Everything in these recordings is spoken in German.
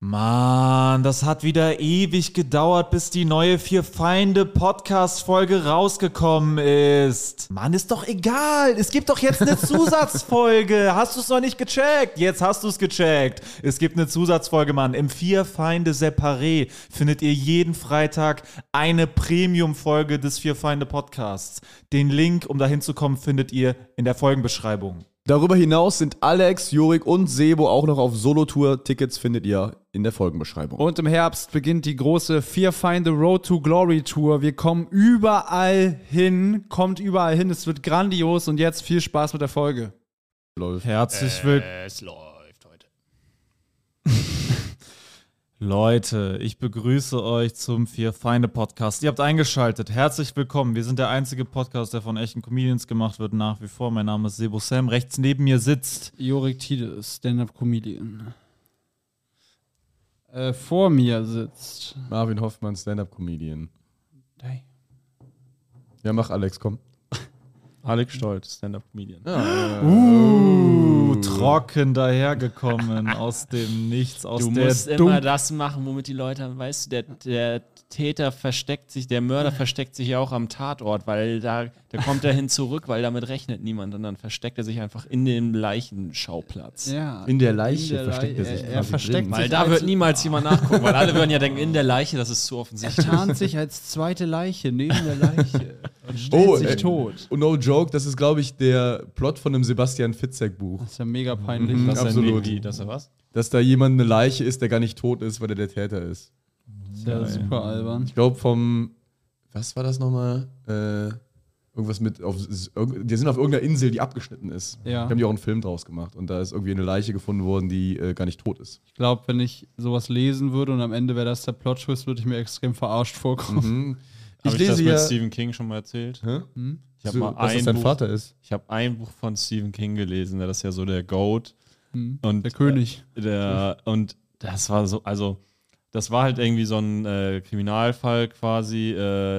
Mann, das hat wieder ewig gedauert, bis die neue Vier Feinde Podcast-Folge rausgekommen ist. Mann, ist doch egal. Es gibt doch jetzt eine Zusatzfolge. Hast du es noch nicht gecheckt? Jetzt hast du es gecheckt. Es gibt eine Zusatzfolge, Mann. Im Vier Feinde Separé findet ihr jeden Freitag eine Premium-Folge des Vier Feinde Podcasts. Den Link, um dahin zu kommen, findet ihr in der Folgenbeschreibung. Darüber hinaus sind Alex, Jurik und Sebo auch noch auf Solo-Tour. Tickets findet ihr in der Folgenbeschreibung. Und im Herbst beginnt die große Vier Feinde Road to Glory Tour. Wir kommen überall hin, kommt überall hin. Es wird grandios und jetzt viel Spaß mit der Folge. Herzlich willkommen. Es läuft heute. Leute, ich begrüße euch zum Vier Feinde Podcast. Ihr habt eingeschaltet. Herzlich willkommen. Wir sind der einzige Podcast, der von echten Comedians gemacht wird, nach wie vor. Mein Name ist Sebo Sam. Rechts neben mir sitzt Jurik Tide, Stand-Up-Comedian. Vor mir sitzt Marvin Hoffmann, Stand-Up-Comedian. Hey. Ja, mach Alex, komm. Alex Stolz, Stand-Up-Comedian. trocken dahergekommen aus dem Nichts, aus Du der musst immer das machen, womit die Leute, weißt du, der Täter versteckt sich, der Mörder versteckt sich ja auch am Tatort, weil da kommt er hin zurück, weil damit rechnet niemand und dann versteckt er sich einfach in dem Leichenschauplatz. Ja. In der Leiche versteckt er sich. Er versteckt Weil sich da als- wird niemals jemand nachgucken, weil alle würden ja denken, in der Leiche, das ist zu Er offensichtlich. tarnt sich als zweite Leiche neben der Leiche und stellt sich tot. Und no joke, das ist, glaube ich, der Plot von einem Sebastian Fitzek-Buch. Das ist ja mega peinlich. Mhm. Dass er Absolut. Dass er was? Dass da jemand eine Leiche ist, der gar nicht tot ist, weil er der Täter ist. Das ist ja super albern. Ich glaube was war das nochmal? Irgendwas mit, die sind auf irgendeiner Insel, die abgeschnitten ist. Ja. Da haben die auch einen Film draus gemacht. Und da ist irgendwie eine Leiche gefunden worden, die gar nicht tot ist. Ich glaube, wenn ich sowas lesen würde und am Ende wäre das der Plot-Twist, würde ich mir extrem verarscht vorkommen. Mhm. Habe ich das lese mit ja. Stephen King schon mal erzählt? Hä? Ich habe mal Was das dein Vater ist. Ich habe ein Buch von Stephen King gelesen, das ist ja so der Goat. Und Der König. Und das war so, also das war halt irgendwie so ein Kriminalfall quasi.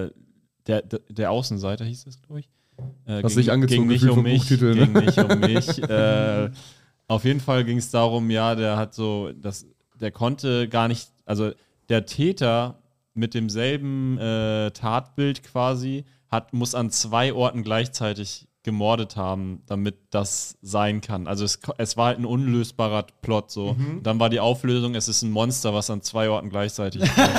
Der Außenseiter hieß das, glaube ich. Hast dich angezogen ging nicht gefühlt um vom mich. Buchtitel, ne? Ging nicht um mich. Auf jeden Fall ging es darum, ja, der hat so, der konnte gar nicht, also der Täter mit demselben Tatbild quasi muss an 2 Orten gleichzeitig gemordet haben, damit das sein kann. Also es war halt ein unlösbarer Plot so. Und dann war die Auflösung, es ist ein Monster, was an 2 Orten gleichzeitig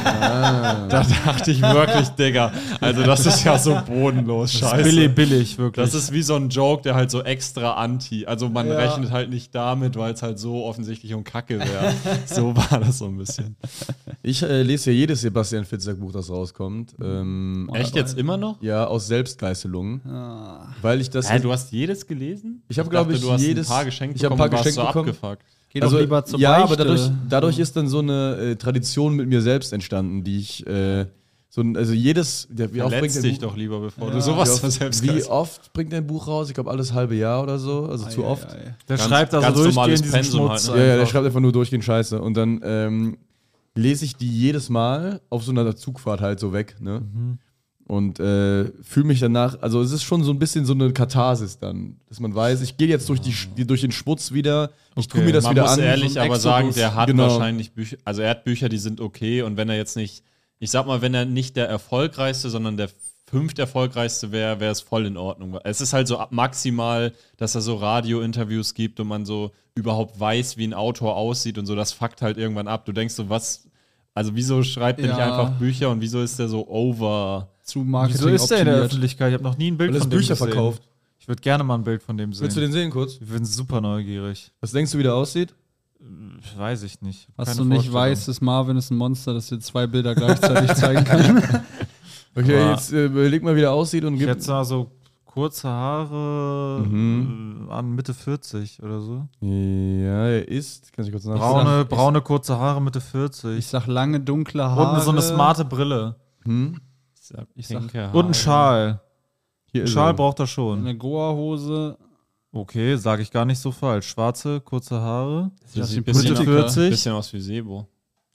Da dachte ich wirklich, Digga, also das ist ja so bodenlos, scheiße. billig, wirklich. Das ist wie so ein Joke, der halt so extra also man rechnet halt nicht damit, weil es halt so offensichtlich und kacke wäre. So war das so ein bisschen. Ich lese ja jedes Sebastian Fitzek-Buch, das rauskommt. Echt jetzt immer noch? Ja, aus Selbstgeißelung. Weil ich das. Du hast jedes gelesen? Ich habe, glaube ich, du hast jedes. ein paar geschenkt ich habe ein paar geschenkt bekommen. Abgefuckt. Geh doch lieber zur ja, Beichte. aber dadurch ist dann so eine Tradition mit mir selbst entstanden, die ich also jedes. Wie oft Verletz bringt dich ein Buch, doch lieber, bevor du sowas wie oft bringt ein Buch raus? Ich glaube, alles halbe Jahr oder so. Also zu oft. Der Ganz- schreibt also ganz durchgehend normales diesen Pensum Schmutz. halt, Ja, der einfach. schreibt einfach nur durchgehend Scheiße. Und dann lese ich die jedes Mal auf so einer Zugfahrt halt so weg, ne? Und fühle mich danach, also es ist schon so ein bisschen so eine Katharsis dann, dass man weiß, ich gehe jetzt durch den Schmutz wieder, ich tue mir das Man wieder muss an. ehrlich so ein aber Exodus. sagen, der hat Genau. wahrscheinlich Bücher, also er hat Bücher, die sind okay und wenn er jetzt nicht, ich sag mal, wenn er nicht der erfolgreichste, sondern der 5. erfolgreichste wäre es voll in Ordnung. Es ist halt so maximal, dass er so Radiointerviews gibt und man so überhaupt weiß, wie ein Autor aussieht und so, das fuckt halt irgendwann ab. Du denkst so, also wieso schreibt er nicht Ja. einfach Bücher und wieso ist der so over? Zu Marketing Wieso ist der in der optimiert. Öffentlichkeit? Ich habe noch nie ein Bild Weil es von dem Bücher gesehen. verkauft. Ich würde gerne mal ein Bild von dem sehen. Willst du den sehen kurz? Ich bin super neugierig. Was denkst du, wie der aussieht? Weiß ich nicht. Was Keine du nicht Vorstellung. weißt, ist Marvin ist ein Monster, das dir 2 Bilder gleichzeitig zeigen kann. Okay, Aber- jetzt überleg mal, wie der aussieht und Ich gib. hätte da so kurze Haare an Mitte 40 oder so. Ja, er ist. Kann ich kurz nachschauen? Braune kurze Haare Mitte 40. Ich sag lange, dunkle Haare. Und so eine smarte Brille. Ich sag- Und ein Schal. Hier Ein ist Schal er. braucht er schon. Eine Goa-Hose. Okay, sage ich gar nicht so falsch. Schwarze, kurze Haare. Das sieht ein Mitte bisschen, 40. bisschen aus wie Sebo.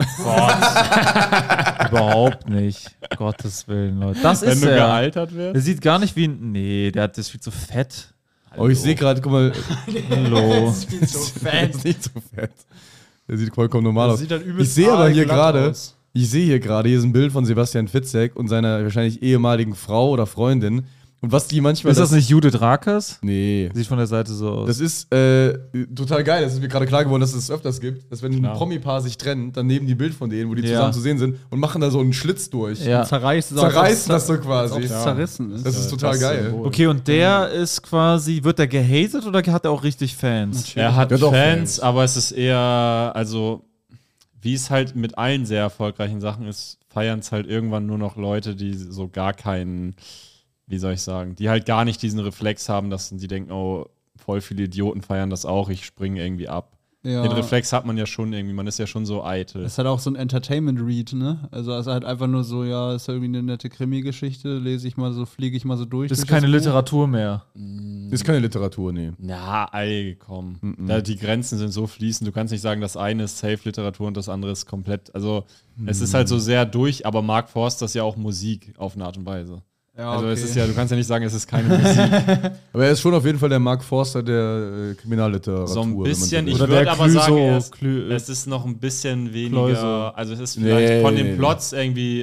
Überhaupt nicht. Gottes Willen, Leute. Das Wenn ist du er. gealtert Der wärst? sieht gar nicht wie ein. Nee, der ist viel zu fett. Oh, ich sehe gerade, guck mal. Hallo. Das ist nicht so fett. Der sieht vollkommen normal Das aus. sieht halt übelst Ich sehe aber hier aalglatt gerade, aus. hier ist ein Bild von Sebastian Fitzek und seiner wahrscheinlich ehemaligen Frau oder Freundin. Und was die manchmal. Ist das nicht Judith Rakers? Nee. Sieht von der Seite so aus. Das ist total geil. Das ist mir gerade klar geworden, dass es das öfters gibt. Dass wenn ein Promi-Paar sich trennt, dann nehmen die ein Bild von denen, wo die zusammen zu sehen sind und machen da so einen Schlitz durch. Ja. Zerreißen Zerreißen das so Als quasi. ob es zerrissen ist. Das ist total geil. Okay, und der ist quasi, wird der gehatet oder hat er auch richtig Fans? Er hat Der hat auch Fans, Fans. aber es ist eher, also, wie es halt mit allen sehr erfolgreichen Sachen ist, feiern es halt irgendwann nur noch Leute, die so gar keinen, wie soll ich sagen, die halt gar nicht diesen Reflex haben, dass sie denken, oh, voll viele Idioten feiern das auch, ich springe irgendwie ab. Ja. Den Reflex hat man ja schon irgendwie, man ist ja schon so eitel. Das ist halt auch so ein Entertainment-Read, ne? Also es ist halt einfach nur so, ja, ist ja irgendwie eine nette Krimi-Geschichte, lese ich mal so, fliege ich mal so durch. Das ist durch keine das Buch. Literatur mehr. Ist keine Literatur, nee. Na, ey, komm. Die Grenzen sind so fließend, du kannst nicht sagen, das eine ist Safe-Literatur und das andere ist komplett, also es ist halt so sehr durch, aber Mark Forster ist ja auch Musik auf eine Art und Weise. Ja, Also es okay. ist ja, du kannst ja nicht sagen, es ist keine Musik. Aber er ist schon auf jeden Fall der Mark Forster der Kriminalliteratur. So ein wenn man bisschen, will. ich Oder würde der aber sagen, Clüso- es ist noch ein bisschen Cleuso. weniger, also es ist vielleicht von den nee. Plots irgendwie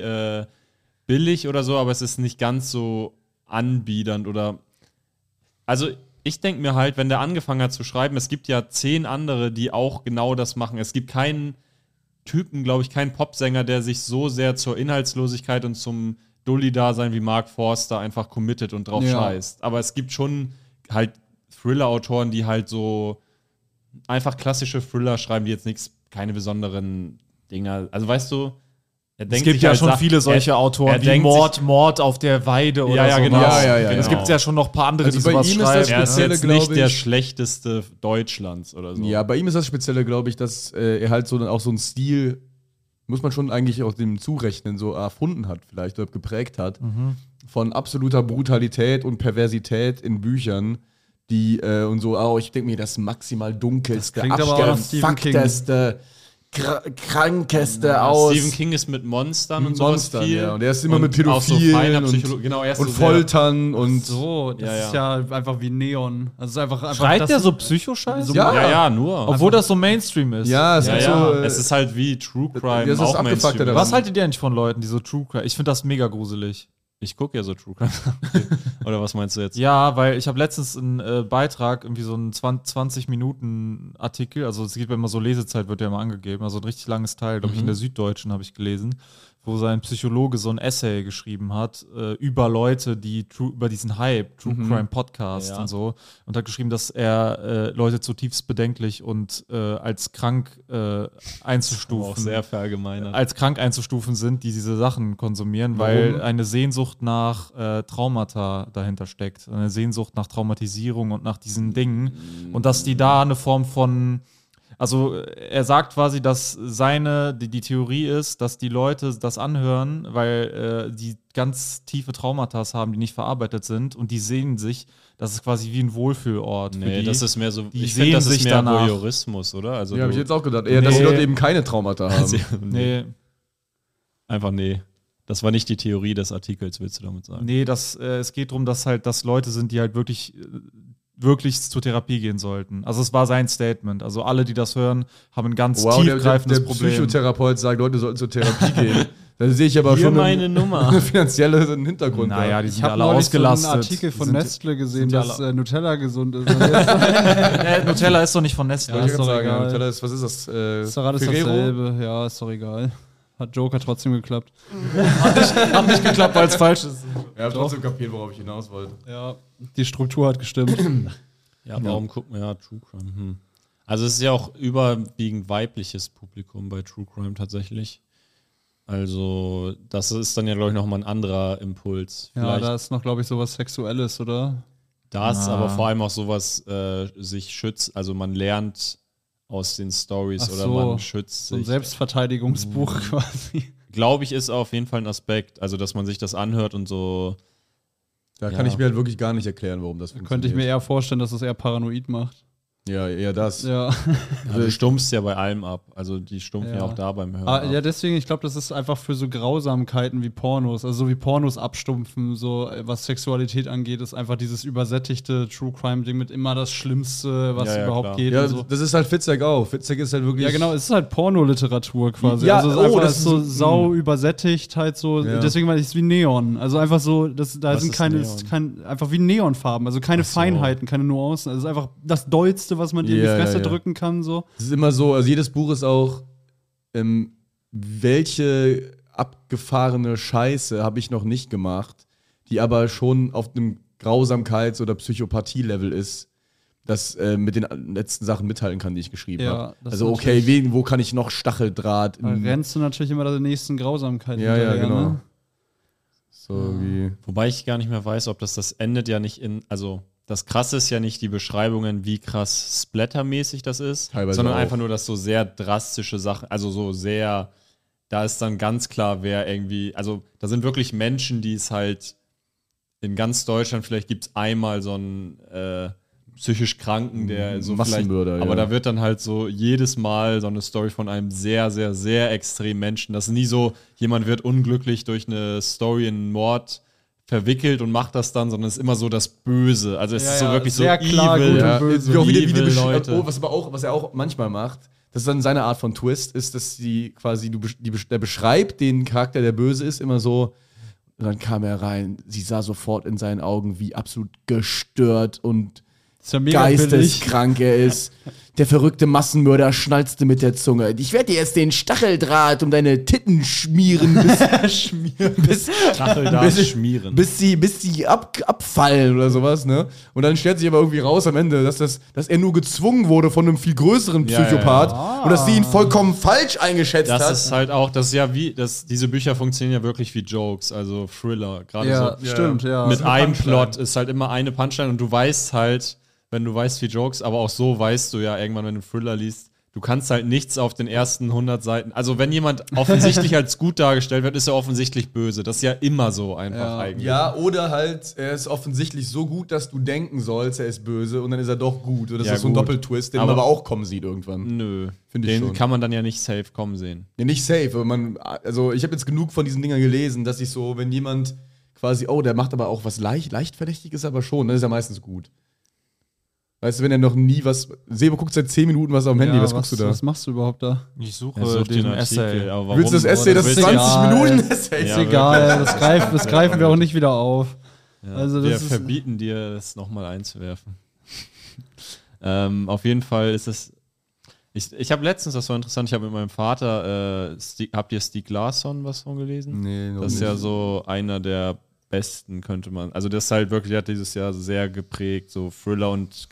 billig oder so, aber es ist nicht ganz so anbiedernd oder, also ich denke mir halt, wenn der angefangen hat zu schreiben, es gibt ja 10 andere, die auch genau das machen. Es gibt keinen Typen, glaube ich, keinen Popsänger, der sich so sehr zur Inhaltslosigkeit und zum Dulli-Dasein wie Mark Forster einfach committet und drauf Ja. scheißt. Aber es gibt schon halt Thriller-Autoren, die halt so einfach klassische Thriller schreiben, die jetzt nichts, keine besonderen Dinger. Also weißt du, er Es denkt gibt sich ja halt schon Sachen- viele solche Autoren er wie denkt Mord auf der Weide oder Ja, so. genau. Ja. Es gibt ja schon noch ein paar andere, Also die bei sowas ihm ist das schreiben. Er ist Spezielle, jetzt glaub nicht der ich- schlechteste Deutschlands oder so. Ja, bei ihm ist das Spezielle, glaube ich, dass er halt so auch so einen Stil, muss man schon eigentlich auch dem zurechnen, so erfunden hat vielleicht oder geprägt hat, von absoluter Brutalität und Perversität in Büchern, die und so, ich denke mir, das maximal dunkelste, Das klingt aber auch nach Stephen King. abgefuckteste, krankeste aus. Stephen King ist mit Monstern und sowas Monstern, viel. ja. Und er ist immer mit auch so Pädophilen feiner und, genau, er ist und so sehr- Foltern und So, das Ja, ist ja einfach wie Neon. Also es ist einfach Schreibt das der so Psychoscheiße? Ja. Ja, nur. Obwohl das so Mainstream ist. ja, es ja, ist ja. so, Es ist halt wie True Crime. das ist auch abgefuckter Mainstream. daran. Was haltet ihr eigentlich von Leuten, die so True Crime? Ich finde das mega gruselig. Ich gucke ja so True Crime. Oder was meinst du jetzt? Ja, weil ich habe letztens einen Beitrag, irgendwie so einen 20-Minuten-Artikel, also es gibt ja immer so Lesezeit, wird ja immer angegeben, also ein richtig langes Teil, glaube ich, in der Süddeutschen habe ich gelesen, wo sein Psychologe so ein Essay geschrieben hat über Leute, die über diesen Hype, True Crime Podcast Ja. und so, und hat geschrieben, dass er Leute zutiefst bedenklich und als krank einzustufen. Auch sehr verallgemeinert. Als krank einzustufen sind, die diese Sachen konsumieren, weil eine Sehnsucht nach Traumata dahinter steckt. Eine Sehnsucht nach Traumatisierung und nach diesen Dingen. Und dass die da eine Form von. Also er sagt quasi, dass die Theorie ist, dass die Leute das anhören, weil die ganz tiefe Traumata haben, die nicht verarbeitet sind, und die sehen sich, das ist quasi wie ein Wohlfühlort für Nee, die. das ist mehr so, die ich finde, das sehen ist sich mehr danach. Voyeurismus, oder? Also ja, habe ich du- jetzt auch gedacht, eher, dass die Nee. Leute eben keine Traumata haben. Nee, Einfach nee. Das war nicht die Theorie des Artikels, willst du damit sagen? nee, es geht darum, dass das Leute sind, die halt wirklich zur Therapie gehen sollten. Also es war sein Statement. Also alle, die das hören, haben ein ganz Wow, tiefgreifendes der Problem. Psychotherapeut sagt, Leute sollten zur Therapie gehen. Da sehe ich aber Hier schon meine Nummer. einen finanziellen Hintergrund. Naja, die Ich sind habe alle neulich ausgelastet. so einen Artikel von Die sind- Nestle gesehen, sind ja dass alle- Nutella gesund ist. Und jetzt Nutella ist doch nicht von Nestle. Ja, Wollte ich ist gerade doch sagen, egal. Nutella ist, was ist das? ist doch alles Ferrero? dasselbe. Ja, ist doch egal. Hat Joker trotzdem geklappt. Hat nicht geklappt, weil es falsch ist. Ich habe trotzdem kapiert, worauf ich hinaus wollte. Ja, die Struktur hat gestimmt. Ja, warum guckt man ja True Crime? Also es ist ja auch überwiegend weibliches Publikum bei True Crime tatsächlich. Also das ist dann ja, glaube ich, nochmal ein anderer Impuls. Ja, Vielleicht da ist noch, glaube ich, sowas Sexuelles, oder? das, aber vor allem auch sowas sich schützt. Also man lernt aus den Stories Ach oder so, man schützt So ein sich. Selbstverteidigungsbuch quasi. Glaube ich, ist auf jeden Fall ein Aspekt. Also dass man sich das anhört und so. Da kann Ja. ich mir halt wirklich gar nicht erklären, warum das Könnte ich mir eher vorstellen, dass es eher paranoid macht. Ja, eher das. Ja. Also du stumpfst ja bei allem ab. Also die stumpfen ja, Ja. auch da beim Hören. Ah, ab. ja, deswegen, ich glaube, das ist einfach für so Grausamkeiten wie Pornos, also so wie Pornos abstumpfen, so was Sexualität angeht, ist einfach dieses übersättigte True Crime-Ding mit immer das Schlimmste, was Ja, ja, überhaupt klar. geht. Ja, und so. das ist halt Fitzek auch. Fitzek ist halt wirklich. Ja, genau, es ist halt Pornoliteratur quasi. Ja, also es ist oh, einfach das ist so so- sau übersättigt, halt so. Ja. Deswegen meine ich es wie Neon. Also einfach so, da Was sind ist keine, Neon? einfach wie Neonfarben, also keine Ach so. Feinheiten, keine Nuancen. Also es ist einfach das Dollste, was man dir in Ja, die ja, Fresse ja. drücken kann, so. Es ist immer so, also jedes Buch ist auch, welche abgefahrene Scheiße habe ich noch nicht gemacht, die aber schon auf einem Grausamkeits- oder Psychopathie-Level ist, das mit den letzten Sachen mithalten kann, die ich geschrieben Ja, habe. das Also ist okay, natürlich- wen, wo kann ich noch Stacheldraht? Da rennst du natürlich immer der nächsten Grausamkeit Ja, hinterher, genau. ne? So wie. Wobei ich gar nicht mehr weiß, ob das endet ja nicht in, also das Krasse ist ja nicht die Beschreibungen, wie krass splattermäßig das ist, Teilweise sondern auch. einfach nur, dass so sehr drastische Sachen, also so sehr, da ist dann ganz klar, wer irgendwie, also da sind wirklich Menschen, die es halt in ganz Deutschland, vielleicht gibt es einmal so einen psychisch Kranken, der so Massenmörder, vielleicht, aber ja. da wird dann halt so jedes Mal so eine Story von einem sehr, sehr, sehr extremen Menschen. Das ist nie so, jemand wird unglücklich durch eine Story in einen Mord verwickelt und macht das dann, sondern es ist immer so das Böse. Also es Ja, ist so ja, wirklich so sehr klar, evil. gut und Ja, böse. wie auch wieder, Evil Leute. was er auch manchmal macht, das ist dann seine Art von Twist, ist, dass die quasi, der beschreibt den Charakter, der böse ist, immer so, und dann kam er rein, sie sah sofort in seinen Augen, wie absolut gestört und Ist ja mega billig. geisteskrank er ist. Der verrückte Massenmörder schnalzte mit der Zunge. Ich werde dir jetzt den Stacheldraht um deine Titten schmieren, bis Stacheldraht schmieren. bis sie abfallen oder sowas, ne? Und dann stellt sich aber irgendwie raus am Ende, dass er nur gezwungen wurde von einem viel größeren Ja, Psychopath und dass sie ihn vollkommen falsch eingeschätzt Das hat. ist halt auch, das ist ja wie, diese Bücher funktionieren ja wirklich wie Jokes, also Thriller. Gerade Ja, so stimmt, ja. mit einem Punchline. Plot ist halt immer eine Punchline und du weißt halt, wenn du weißt wie Jokes, aber auch so weißt du ja irgendwann, wenn du einen Thriller liest, du kannst halt nichts auf den ersten 100 Seiten, also wenn jemand offensichtlich als gut dargestellt wird, ist er offensichtlich böse. Das ist ja immer so einfach Ja. eigentlich. Ja, oder halt, er ist offensichtlich so gut, dass du denken sollst, er ist böse und dann ist er doch gut. Oder das Ja, ist so ein gut. Doppeltwist, den Aber- man aber auch kommen sieht irgendwann. Nö. Finde ich Den schon. kann man dann ja nicht safe kommen sehen. Ja, nicht safe, aber also ich habe jetzt genug von diesen Dingern gelesen, dass ich so, wenn jemand quasi, oh, der macht aber auch was leicht verdächtiges, aber schon, dann ist er meistens gut. Weißt du, wenn er noch nie was. Sebo guckt seit 10 Minuten was auf dem Handy, Ja, was guckst du da? Was machst du überhaupt da? Ich suche Er sucht den den Artikel, Essay. aber warum? Willst du das Essay, das Willst 20 du- egal. Minuten Essay? Ist Ja, egal, das greifen wir auch nicht wieder auf. Ja, Also wir das ist- verbieten dir, das nochmal einzuwerfen. Auf jeden Fall ist es. Ich habe letztens, das war interessant, ich habe mit meinem Vater, habt ihr Stieg Larsson was von gelesen? Nee, noch Das ist nicht. ja so einer der besten, könnte man. Also, das ist halt wirklich, der hat dieses Jahr sehr geprägt, so Thriller und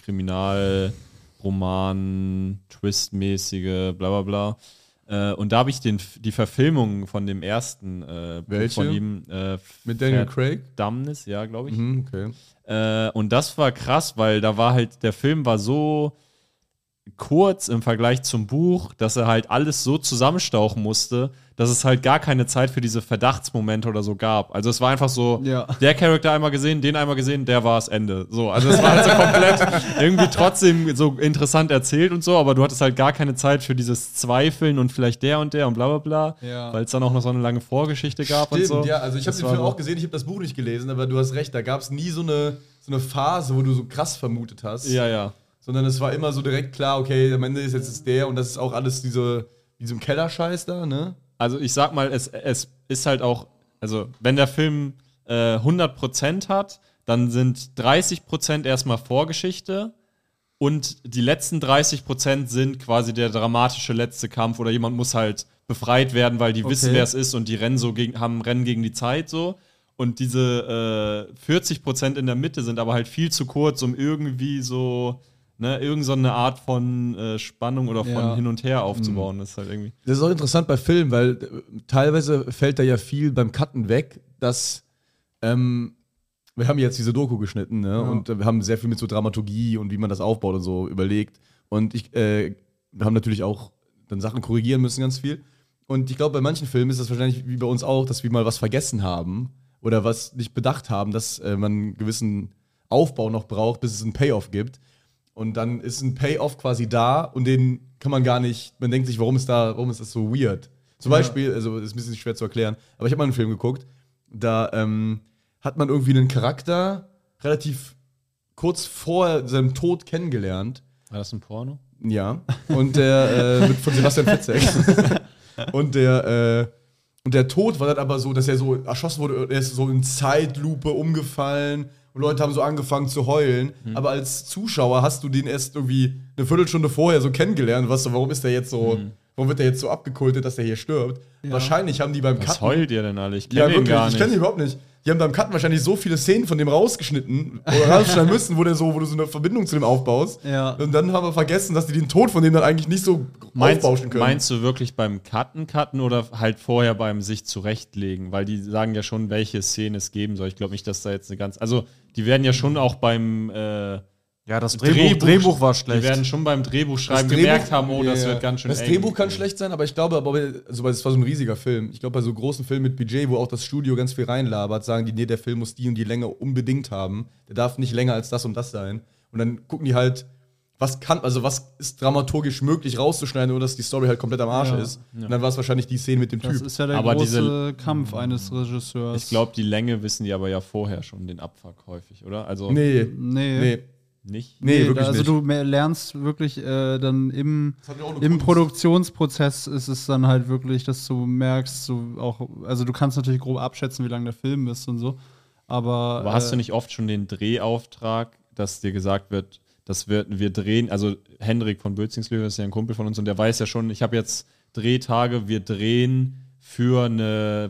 Kriminalroman, Twistmäßige, bla bla bla. Und da habe ich die Verfilmung von dem ersten Buch Welche? von ihm. Mit Daniel Craig? Verdammnis, ja, glaube ich. Mhm, okay. Und das war krass, weil da war halt, der Film war so kurz im Vergleich zum Buch, dass er halt alles so zusammenstauchen musste, dass es halt gar keine Zeit für diese Verdachtsmomente oder so gab. Also es war einfach so, Ja. der Charakter einmal gesehen, den einmal gesehen, der war das Ende. So, also es war halt so komplett irgendwie trotzdem so interessant erzählt und so, aber du hattest halt gar keine Zeit für dieses Zweifeln und vielleicht der und bla bla bla, Ja. weil es dann auch noch so eine lange Vorgeschichte gab und so. ja, also ich habe Das den war Film so- auch gesehen, ich habe das Buch nicht gelesen, aber du hast recht, da gab es nie so eine Phase, wo du so krass vermutet hast. Ja, ja. Sondern es war immer so direkt klar, okay, am Ende ist jetzt der und das ist auch alles diesem Kellerscheiß da, ne? Also ich sag mal, es ist halt auch, also wenn der Film 100% hat, dann sind 30% erstmal Vorgeschichte und die letzten 30% sind quasi der dramatische letzte Kampf oder jemand muss halt befreit werden, weil die wissen, wer es ist und die rennen rennen gegen die Zeit so. Und diese 40% in der Mitte sind aber halt viel zu kurz, um irgendwie so, ne, irgend so eine Art von Spannung oder von Ja. hin und her aufzubauen. Das ist halt irgendwie. Das ist auch interessant bei Filmen, weil teilweise fällt da ja viel beim Cutten weg, dass wir haben jetzt diese Doku geschnitten, ne? Und wir haben sehr viel mit so Dramaturgie und wie man das aufbaut und so überlegt. Und wir haben natürlich auch dann Sachen korrigieren müssen, ganz viel. Und ich glaube, bei manchen Filmen ist das wahrscheinlich wie bei uns auch, dass wir mal was vergessen haben oder was nicht bedacht haben, dass man einen gewissen Aufbau noch braucht, bis es einen Payoff gibt. Und dann ist ein Payoff quasi da und den kann man gar nicht, man denkt sich, warum ist das so weird? Zum Beispiel, also das ist ein bisschen schwer zu erklären, aber ich habe mal einen Film geguckt, da hat man irgendwie einen Charakter relativ kurz vor seinem Tod kennengelernt. War das ein Porno? Ja. Und der wird von Sebastian Fitzek. Und der Tod war dann aber so, dass er so erschossen wurde, er ist so in Zeitlupe umgefallen und Leute haben so angefangen zu heulen. Aber als Zuschauer hast du den erst irgendwie eine Viertelstunde vorher so kennengelernt. Was, warum ist der jetzt so, warum wird der jetzt so abgekultet, dass der hier stirbt? Ja. Wahrscheinlich haben die beim Was Cutten. heult ihr denn alle? Ich Ja, kenne den wirklich, gar ich nicht. kenne den überhaupt nicht. Die haben beim Cutten wahrscheinlich so viele Szenen von dem rausgeschnitten oder rausschneiden müssen, wo du so eine Verbindung zu dem aufbaust. Ja. Und dann haben wir vergessen, dass die den Tod von dem dann eigentlich nicht so aufbauschen können. Meinst du wirklich beim Cutten oder halt vorher beim sich zurechtlegen? Weil die sagen ja schon, welche Szene es geben soll. Ich glaube nicht, dass da jetzt eine ganz. Also, die werden ja schon auch beim Ja, das Drehbuch war schlecht. Die werden schon beim Drehbuchschreiben Das gemerkt haben, oh, das ja. wird ganz schön Das eng. Drehbuch kann schlecht sein, aber ich glaube, also, weil es war so ein riesiger Film. Ich glaube, bei so großen Filmen mit Budget, wo auch das Studio ganz viel reinlabert, sagen die, nee, der Film muss die und die Länge unbedingt haben. Der darf nicht länger als das und das sein. Und dann gucken die halt, was ist dramaturgisch möglich rauszuschneiden, ohne dass die Story halt komplett am Arsch ist. Und dann war es wahrscheinlich die Szene mit dem Das Typ. ist ja der Aber große Kampf eines Regisseurs. Ich glaube, die Länge wissen die aber ja vorher schon, den Abfuck häufig, oder? Also Nee. nicht. Nee, wirklich also nicht. du lernst wirklich dann im Das hat ja auch eine im Kunst. Produktionsprozess ist es dann halt wirklich, dass du merkst, also du kannst natürlich grob abschätzen, wie lang der Film ist und so, aber hast du nicht oft schon den Drehauftrag, dass dir gesagt wird, wir drehen, also Hendrik von Bötzingslöwe ist ja ein Kumpel von uns und der weiß ja schon, ich habe jetzt Drehtage, wir drehen für eine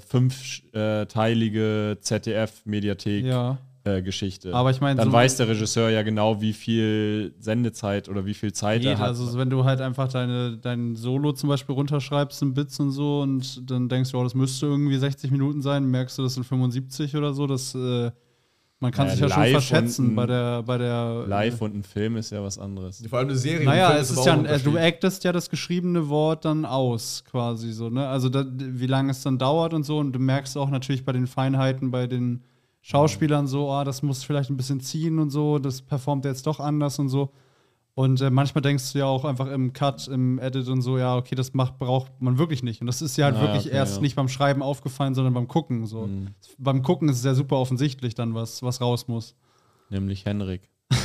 5-teilige ZDF-Mediathek ja, Geschichte. aber ich meine, Dann so weiß der Regisseur ja genau, wie viel Sendezeit oder wie viel Zeit er geht, hat. also wenn du halt einfach dein Solo zum Beispiel runterschreibst in Bits und so und dann denkst du, oh, das müsste irgendwie 60 Minuten sein, merkst du, das sind 75 oder so, das man kann sich ja schon live verschätzen und bei der Live und ein Film ist ja was anderes. Vor allem eine Serie. Naja, ein Film es ist aber ja, auch ein Unterschied. du actest ja das geschriebene Wort dann aus, quasi so, ne? Also wie lange es dann dauert und so. Und du merkst auch natürlich bei den Feinheiten, bei den Schauspielern so, das muss vielleicht ein bisschen ziehen und so, das performt jetzt doch anders und so. Und manchmal denkst du ja auch einfach im Cut, im Edit und so, ja, okay, das braucht man wirklich nicht. Und das ist ja halt wirklich erst nicht beim Schreiben aufgefallen, sondern beim Gucken. So. Beim Gucken ist es ja super offensichtlich dann, was raus muss. Nämlich Henrik.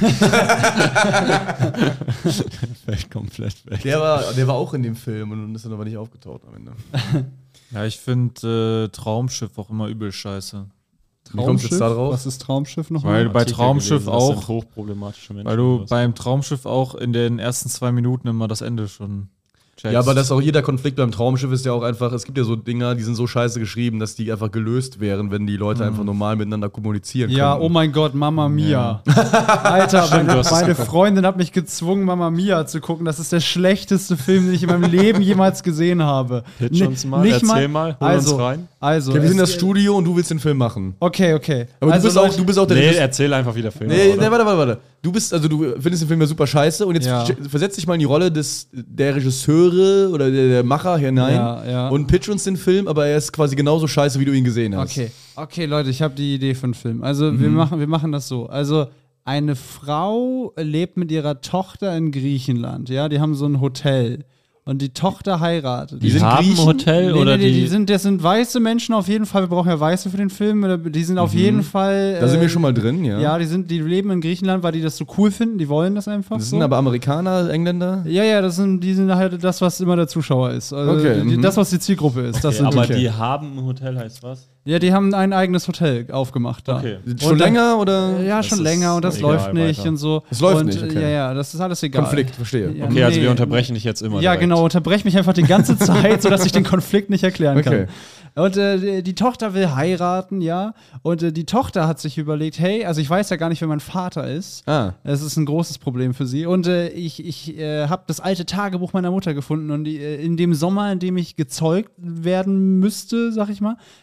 Fällt komplett weg. Der war auch in dem Film und ist dann aber nicht aufgetaucht am Ende. Ja, ich finde Traumschiff auch immer übel scheiße. Wie kommst du jetzt da drauf? Was ist Traumschiff nochmal? Weil bei Artikel Traumschiff gelesen, das sind auch, hochproblematische Menschen. weil du oder was. beim Traumschiff auch in den ersten 2 Minuten immer das Ende schon checkst. Ja, aber das ist auch jeder Konflikt beim Traumschiff ist ja auch einfach, es gibt ja so Dinger, die sind so scheiße geschrieben, dass die einfach gelöst wären, wenn die Leute einfach normal miteinander kommunizieren Ja, können. oh mein Gott, Mamma Mia. Alter, meine Freundin hat mich gezwungen, Mamma Mia zu gucken. Das ist der schlechteste Film, den ich in meinem Leben jemals gesehen habe. Pitch uns mal, Nicht erzähl mal, hol uns rein. Also, Okay, wir sind es- das Studio und du willst den Film machen. Okay. Aber Also, du bist auch der Nee, Regisseur. erzähl einfach, wie der Film Nee, war, oder? warte. Du findest den Film ja super scheiße und jetzt Ja. versetz dich mal in die Rolle der Regisseure oder der Macher hinein Ja. und pitch uns den Film, aber er ist quasi genauso scheiße, wie du ihn gesehen hast. Okay, Leute, ich habe die Idee für einen Film. Also, wir machen das so. Also, eine Frau lebt mit ihrer Tochter in Griechenland. Ja, die haben so ein Hotel. Und die Tochter heiratet. Die sind haben Griechen? ein Hotel oder die das sind weiße Menschen auf jeden Fall. Wir brauchen ja Weiße für den Film. Die sind auf jeden Fall. Da sind wir schon mal drin, ja. Ja, die leben in Griechenland, weil die das so cool finden. Die wollen das einfach. Das so. sind aber Amerikaner, Engländer? Ja, die sind halt das, was immer der Zuschauer ist. Also Okay, das, was die Zielgruppe ist. Das sind aber die. die haben ein Hotel, heißt was? Ja, die haben ein eigenes Hotel aufgemacht da. Okay. Schon länger oder? Ja, Das schon ist länger und das egal, läuft nicht weiter. und so. Es läuft und, nicht, okay. Ja, das ist alles egal. Konflikt, verstehe. Ja, Okay, also nee. wir unterbrechen dich jetzt immer Ja, direkt. genau, unterbrech mich einfach die ganze Zeit, sodass ich den Konflikt nicht erklären Okay. kann. Und die Tochter will heiraten, ja. Und die Tochter hat sich überlegt, hey, also ich weiß ja gar nicht, wer mein Vater ist. Ah. Das ist ein großes Problem für sie. Und ich habe das alte Tagebuch meiner Mutter gefunden. Und in dem Sommer, in dem ich gezeugt werden müsste, sag ich mal, gab es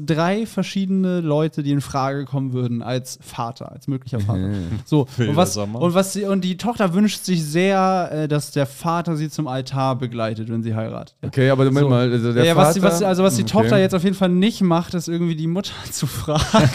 3 verschiedene Leute, die in Frage kommen würden als Vater, als möglicher Vater. So, und die Tochter wünscht sich sehr, dass der Vater sie zum Altar begleitet, wenn sie heiratet. Ja. Okay, aber Moment mal, also der Vater... Was die Tochter jetzt auf jeden Fall nicht macht, ist irgendwie die Mutter zu fragen.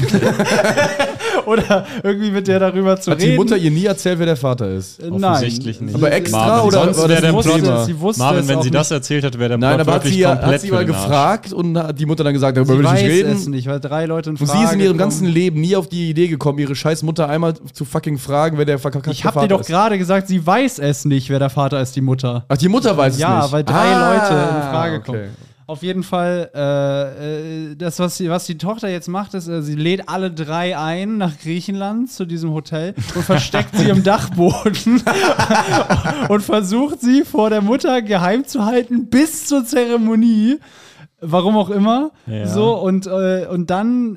Oder irgendwie mit der darüber zu reden. Hat die Mutter ihr nie erzählt, wer der Vater ist? Offensichtlich nicht. Aber extra Marvin, oder sonst wäre der Plot? Sie wusste Marvin, es wenn auch sie nicht. das erzählt hat, wäre der Nein, Plot aber hat wirklich sie komplett mal für den Arsch. gefragt und hat die Mutter dann gesagt, darüber Sie will ich nicht weiß reden. es nicht, weil 3 Leute in Und Frage sie ist in ihrem kommen. ganzen Leben nie auf die Idee gekommen, ihre scheiß Mutter einmal zu fucking fragen, wer der verkackte Ich hab Vater dir doch ist. gerade gesagt, sie weiß es nicht, wer der Vater ist, die Mutter. Ach, die Mutter weiß es nicht? Ja, weil 3 Leute in Frage okay. kommen. Auf jeden Fall, das, was die Tochter jetzt macht, ist, sie lädt alle 3 ein nach Griechenland zu diesem Hotel und versteckt sie im Dachboden und versucht sie vor der Mutter geheim zu halten bis zur Zeremonie. Warum auch immer. Ja. So, und dann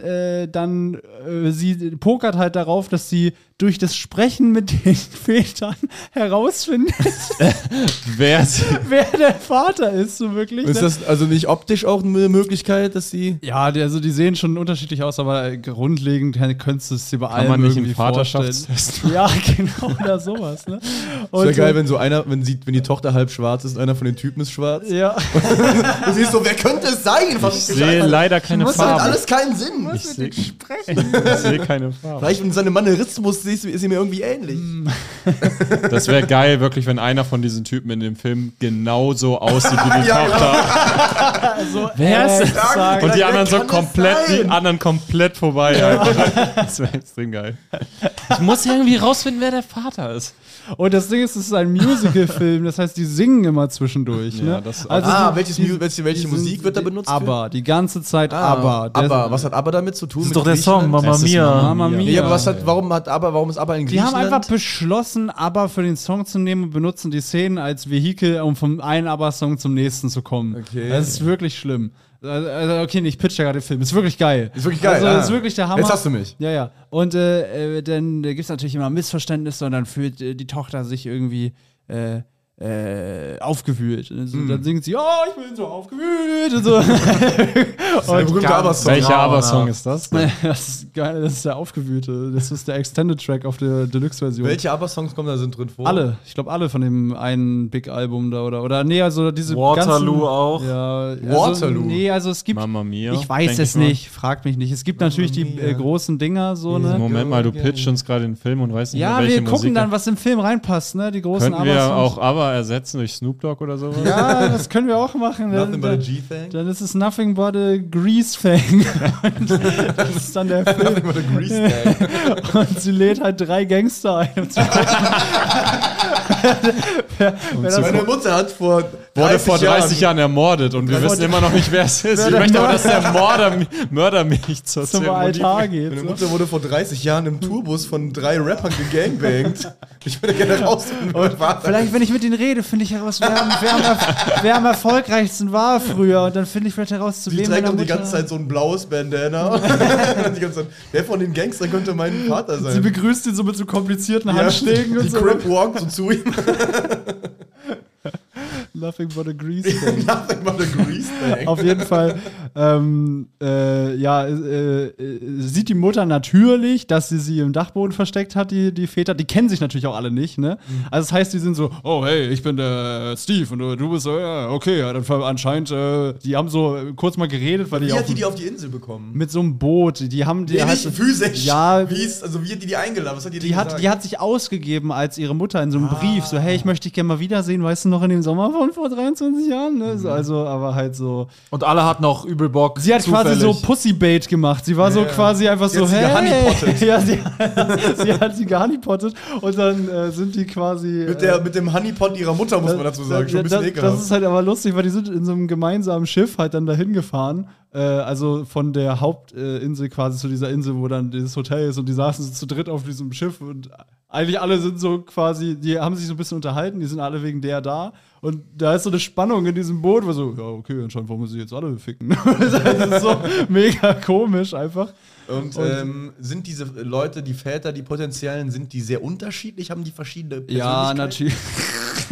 sie pokert halt darauf, dass sie durch das Sprechen mit den Vätern herausfindet, Wer wer der Vater ist, so wirklich. Ist das also nicht optisch auch eine Möglichkeit, dass sie... Ja, die sehen schon unterschiedlich aus, aber grundlegend könntest du es dir bei kann allem man nicht irgendwie einen Vaterschaftstest vorstellen. Ja, genau, oder sowas, ne? Ist ja geil, wenn so einer, wenn die Tochter halb schwarz ist, einer von den Typen ist schwarz. Ja. Du siehst so, wer könnte es sein? Ich sehe leider keine Das macht Farbe. alles keinen Sinn. Ich sehe keine Farbe. Vielleicht in seinem Mannerismus ist sie mir irgendwie ähnlich. Das wäre geil, wirklich, wenn einer von diesen Typen in dem Film genauso aussieht wie die Tochter. Also, Wer ist das? Und die Wer anderen so kann es komplett, sein? die anderen komplett vorbei. Alter. Das wäre extrem geil. Ich muss irgendwie rausfinden, wer der Vater ist. Und das Ding ist, es ist ein Musical-Film, das heißt, die singen immer zwischendurch. Ne? das- welche Musik wird da benutzt? ABBA, die ganze Zeit ABBA. Aber was hat ABBA damit zu tun? Das ist doch der Song, Mamma Das ist Mia. Mamma Mia. Ja, aber warum ist ABBA in Die haben Griechenland? einfach beschlossen, ABBA für den Song zu nehmen und benutzen die Szenen als Vehikel, um vom einen ABBA-Song zum nächsten zu kommen. Okay. Das ist wirklich schlimm. Also, okay, ich pitch ja gerade den Film. Ist wirklich geil. Ist wirklich geil, Also, ah. ist wirklich der Hammer. Jetzt hast du mich. Ja, ja. Und dann gibt es natürlich immer Missverständnisse und dann fühlt die Tochter sich irgendwie aufgewühlt. Also, dann singt sie, oh, ich bin so aufgewühlt und so. Ein berühmter ABBA-Song. Welcher ABBA-Song ist das denn? Das ist geil, das ist der aufgewühlte. Das ist der Extended Track auf der Deluxe-Version. Welche ABBA-Songs kommen da sind drin vor? Alle. Ich glaube, alle von dem einen Big-Album da oder nee, also diese Waterloo ganzen, auch? Ja, also, Waterloo? Nee, also es gibt Mamma Mia. ich weiß denk es ich mal. nicht, fragt mich nicht. Es gibt natürlich die großen Dinger so, ne? Moment mal, du pitchst uns gerade den Film und weißt nicht Ja, mehr, welche wir gucken Musik. dann, was im Film reinpasst, ne? Die großen Könnten wir ABBA-Songs. auch ABBA ersetzen durch Snoop Dogg oder sowas? Ja, das können wir auch machen. Nothing but a dann, G-Thing? dann ist es Nothing but a Grease Fang. Und das ist dann der Film. Nothing but a Grease-Thing. Und sie lädt halt 3 Gangster ein. Um zu Meine Mutter hat Wurde vor 30 Jahren ermordet und wir wissen immer noch nicht, wer es ist. Wer Ich der möchte aber, dass der Mörder mich zur zum Zeremonie Altar bringt. geht. Meine So. Mutter wurde vor 30 Jahren im Tourbus von 3 Rappern gegangbangt. Ich würde gerne rausfinden, wer mein Vater Vielleicht, wenn ich mit denen rede, finde ich heraus, wer am erfolgreichsten war früher. Und dann finde ich vielleicht heraus, zu Die wem trägt meiner auch die Mutter... ganze Zeit so ein blaues Bandana. Die ganze Zeit, wer von den Gangstern könnte mein Vater sein? Sie begrüßt ihn so mit so komplizierten Handschlägen und die so. Crip walkt so zu ihm. Nothing but a Grease Fang. Nothing but a Grease-Thing. Auf jeden Fall sieht die Mutter natürlich, dass sie im Dachboden versteckt hat, die Väter. Die kennen sich natürlich auch alle nicht, ne? Also das heißt, die sind so, oh hey, ich bin der Steve und du bist so, ja, okay. Ja, dann anscheinend, die haben so kurz mal geredet, weil Wie die hat auf die auf die Insel bekommen? mit so einem Boot, die haben die Nee, hat- nicht physisch. Ja, Wie hat die eingeladen? Was hat die die hat sich ausgegeben als ihre Mutter in so einem Brief, so, hey, ich möchte dich gerne mal wiedersehen, weißt du noch, in dem Sommer von vor 23 Jahren, ne? So, also, aber halt so. Und alle hatten auch übel Bock. Sie hat quasi so zufällig. Pussybait gemacht. Sie war so quasi einfach Sie so, hat sie hey. gehoneypottet. Ja, sie hat sie gehoneypottet und dann sind die quasi. mit dem Honeypot ihrer Mutter, muss man dazu sagen. Schon ein bisschen das ekelhaft. ist halt aber lustig, weil die sind in so einem gemeinsamen Schiff halt dann dahin gefahren. Also von der Hauptinsel quasi zu dieser Insel, wo dann dieses Hotel ist und die saßen so zu dritt auf diesem Schiff und eigentlich alle sind so quasi, die haben sich so ein bisschen unterhalten, die sind alle wegen der da und da ist so eine Spannung in diesem Boot, wo so, ja okay, anscheinend wollen wir sie jetzt alle ficken. Das ist so mega komisch einfach. Und sind diese Leute, die Väter, die potenziellen, sind die sehr unterschiedlich? Haben die verschiedene Ja, Persönlichkeiten? natürlich.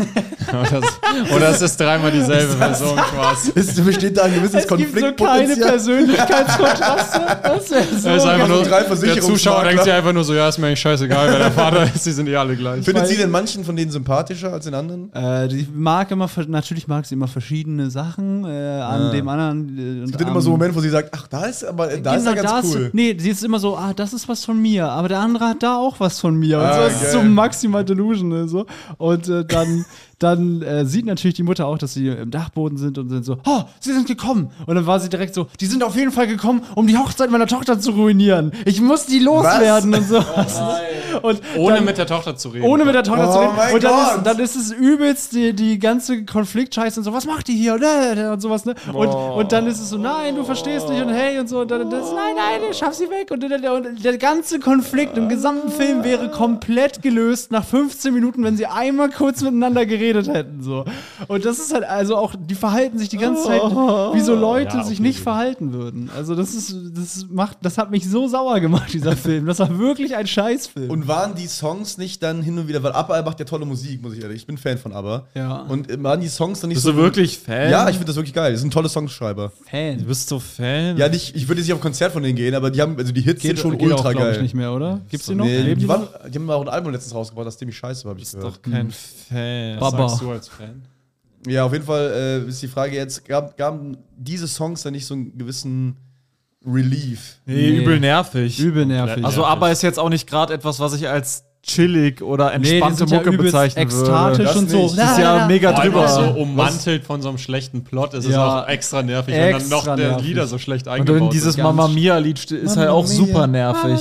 Oder es ist dreimal dieselbe Person quasi. Es besteht da ein gewisses Es gibt so keine Konfliktpotenzial. Persönlichkeitskontraste. Das wäre so. Es ist einfach nur, drei der Versicherungsmakler. Zuschauer denkt sich einfach nur so, ja, ist mir eigentlich scheißegal, wer der Vater ist, die sind eh alle gleich. Findet sie denn manchen von denen sympathischer als den anderen? Die mag immer, natürlich mag sie immer verschiedene Sachen an dem anderen. Es gibt immer so Momente, wo sie sagt, ach, da ist er ganz cool. Nee, sie ist immer so, das ist was von mir, aber der andere hat da auch was von mir. Und so, das ist so geil. maximal delusional. So. Und dann sieht natürlich die Mutter auch, dass sie im Dachboden sind und sind so, oh, sie sind gekommen. Und dann war sie direkt so, die sind auf jeden Fall gekommen, um die Hochzeit meiner Tochter zu ruinieren. Ich muss die loswerden und so. Und Ohne dann, mit der Tochter zu reden. ohne mit der Tochter zu reden. mein Und Gott. dann ist es übelst die ganze Konfliktscheiße und so, was macht die hier? Und sowas, ne? Und dann ist es so, nein, du verstehst nicht und hey und so. Und dann ist nein, ich schaff sie weg. Und der ganze Konflikt im gesamten Film wäre komplett gelöst nach 15 Minuten, wenn sie einmal kurz miteinander geredet hätten. So. Und das ist halt, also auch, die verhalten sich die ganze Zeit, wie so Leute sich nicht verhalten würden. Also das hat mich so sauer gemacht, dieser Film. Das war wirklich ein Scheißfilm. Und waren die Songs nicht dann hin und wieder, weil ABBA macht ja tolle Musik, muss ich ehrlich. Ich bin Fan von ABBA. Ja. Und waren die Songs dann nicht Bist so du wirklich Fan? Ja, ich finde das wirklich geil. Die sind tolle Songschreiber. Du bist so Fan? Ja, ich würde jetzt nicht auf ein Konzert von denen gehen, aber die Hits sind schon geht ultra auch, glaub geil. ich, nicht mehr, oder? Gibt's die noch? Nee, Leben die die noch? haben auch ein Album letztens rausgebracht, das ziemlich scheiße war, hab ich Bist gehört. doch kein Fan. Baba. Was sagst du als Fan? Ja, auf jeden Fall ist die Frage jetzt, gaben diese Songs dann nicht so einen gewissen Relief? Nee, übel nervig. Übel nervig. Also ABBA ist jetzt auch nicht gerade etwas, was ich als chillig oder Nee, die entspannte sind ja Mucke übelst bezeichnen ekstatisch würde. Das und so. nicht. Das ist ja mega Vor allem drüber. auch so ummantelt von so einem schlechten Plot ist es Ja, auch extra nervig, wenn dann noch extra der nervig. Lieder so schlecht Und eingebaut dann dieses sind. Mamma Mia Lied ist halt auch super nervig.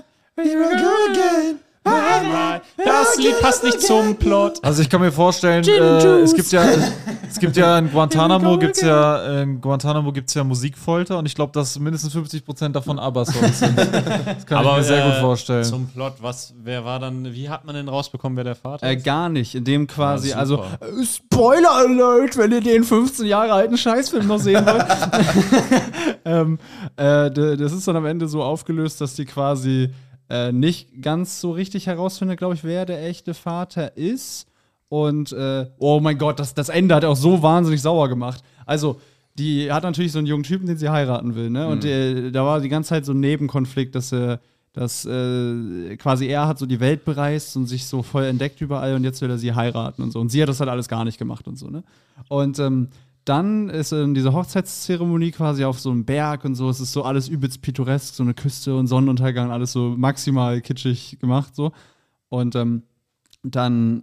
Das Lied passt nicht zum Plot. Also ich kann mir vorstellen, es gibt ja in Guantanamo gibt's ja Musikfolter und ich glaube, dass mindestens 50% davon ABBA-Songs sind. Das kann ich mir sehr gut vorstellen. Zum Plot, wie hat man denn rausbekommen, wer der Vater ist? Gar nicht, in dem quasi, Ja, also super. Spoiler Alert, wenn ihr den 15 Jahre alten Scheißfilm noch sehen wollt. Das ist dann am Ende so aufgelöst, dass die quasi nicht ganz so richtig herausfindet, glaube ich, wer der echte Vater ist. Und oh mein Gott, das Ende hat auch so wahnsinnig sauer gemacht. Also, die hat natürlich so einen jungen Typen, den sie heiraten will, ne? Und da war die ganze Zeit so ein Nebenkonflikt, dass quasi er hat so die Welt bereist und sich so voll entdeckt überall und jetzt will er sie heiraten und so. Und sie hat das halt alles gar nicht gemacht und so, ne? Und dann ist diese Hochzeitszeremonie quasi auf so einem Berg und so. Es ist so alles übelst pittoresk, so eine Küste und Sonnenuntergang, alles so maximal kitschig gemacht, so. Und dann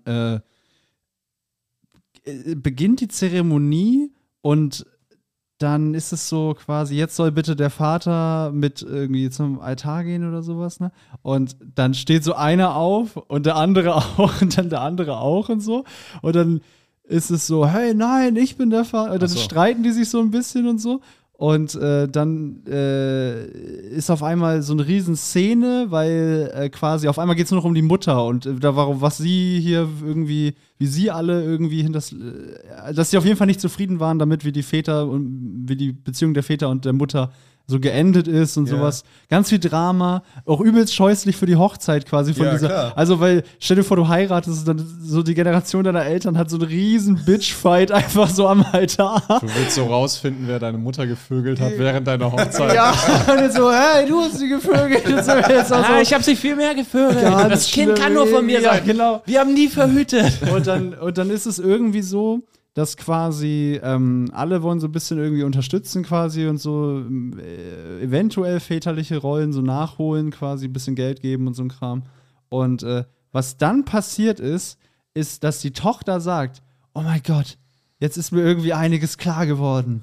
beginnt die Zeremonie und dann ist es so quasi, jetzt soll bitte der Vater mit irgendwie zum Altar gehen oder sowas, ne? Und dann steht so einer auf und der andere auch und dann der andere auch und so. Und dann ist es so, hey, nein, ich bin der Vater. Und dann streiten die sich so ein bisschen und so. Und dann ist auf einmal so eine riesen Szene, weil quasi auf einmal geht es nur noch um die Mutter und da warum, was sie hier irgendwie, wie sie alle irgendwie dass sie auf jeden Fall nicht zufrieden waren damit, wie die Väter und wie die Beziehung der Väter und der Mutter so geendet ist und sowas. Ganz viel Drama, auch übelst scheußlich für die Hochzeit quasi von dieser. Klar. Also, weil, stell dir vor, du heiratest und dann so die Generation deiner Eltern hat so einen riesen Bitchfight einfach so am Altar. Du willst so rausfinden, wer deine Mutter gevögelt hat während deiner Hochzeit. Ja, und jetzt so, hey, du hast sie gevögelt. Jetzt auch so, ich habe sie viel mehr gevögelt. ganz Das Kind schlimm. kann nur von mir Ja, sein. genau. Wir haben nie verhütet. Und dann ist es irgendwie so, dass quasi alle wollen so ein bisschen irgendwie unterstützen quasi und so eventuell väterliche Rollen so nachholen, quasi ein bisschen Geld geben und so ein Kram. Und was dann passiert ist, dass die Tochter sagt, oh mein Gott, jetzt ist mir irgendwie einiges klar geworden.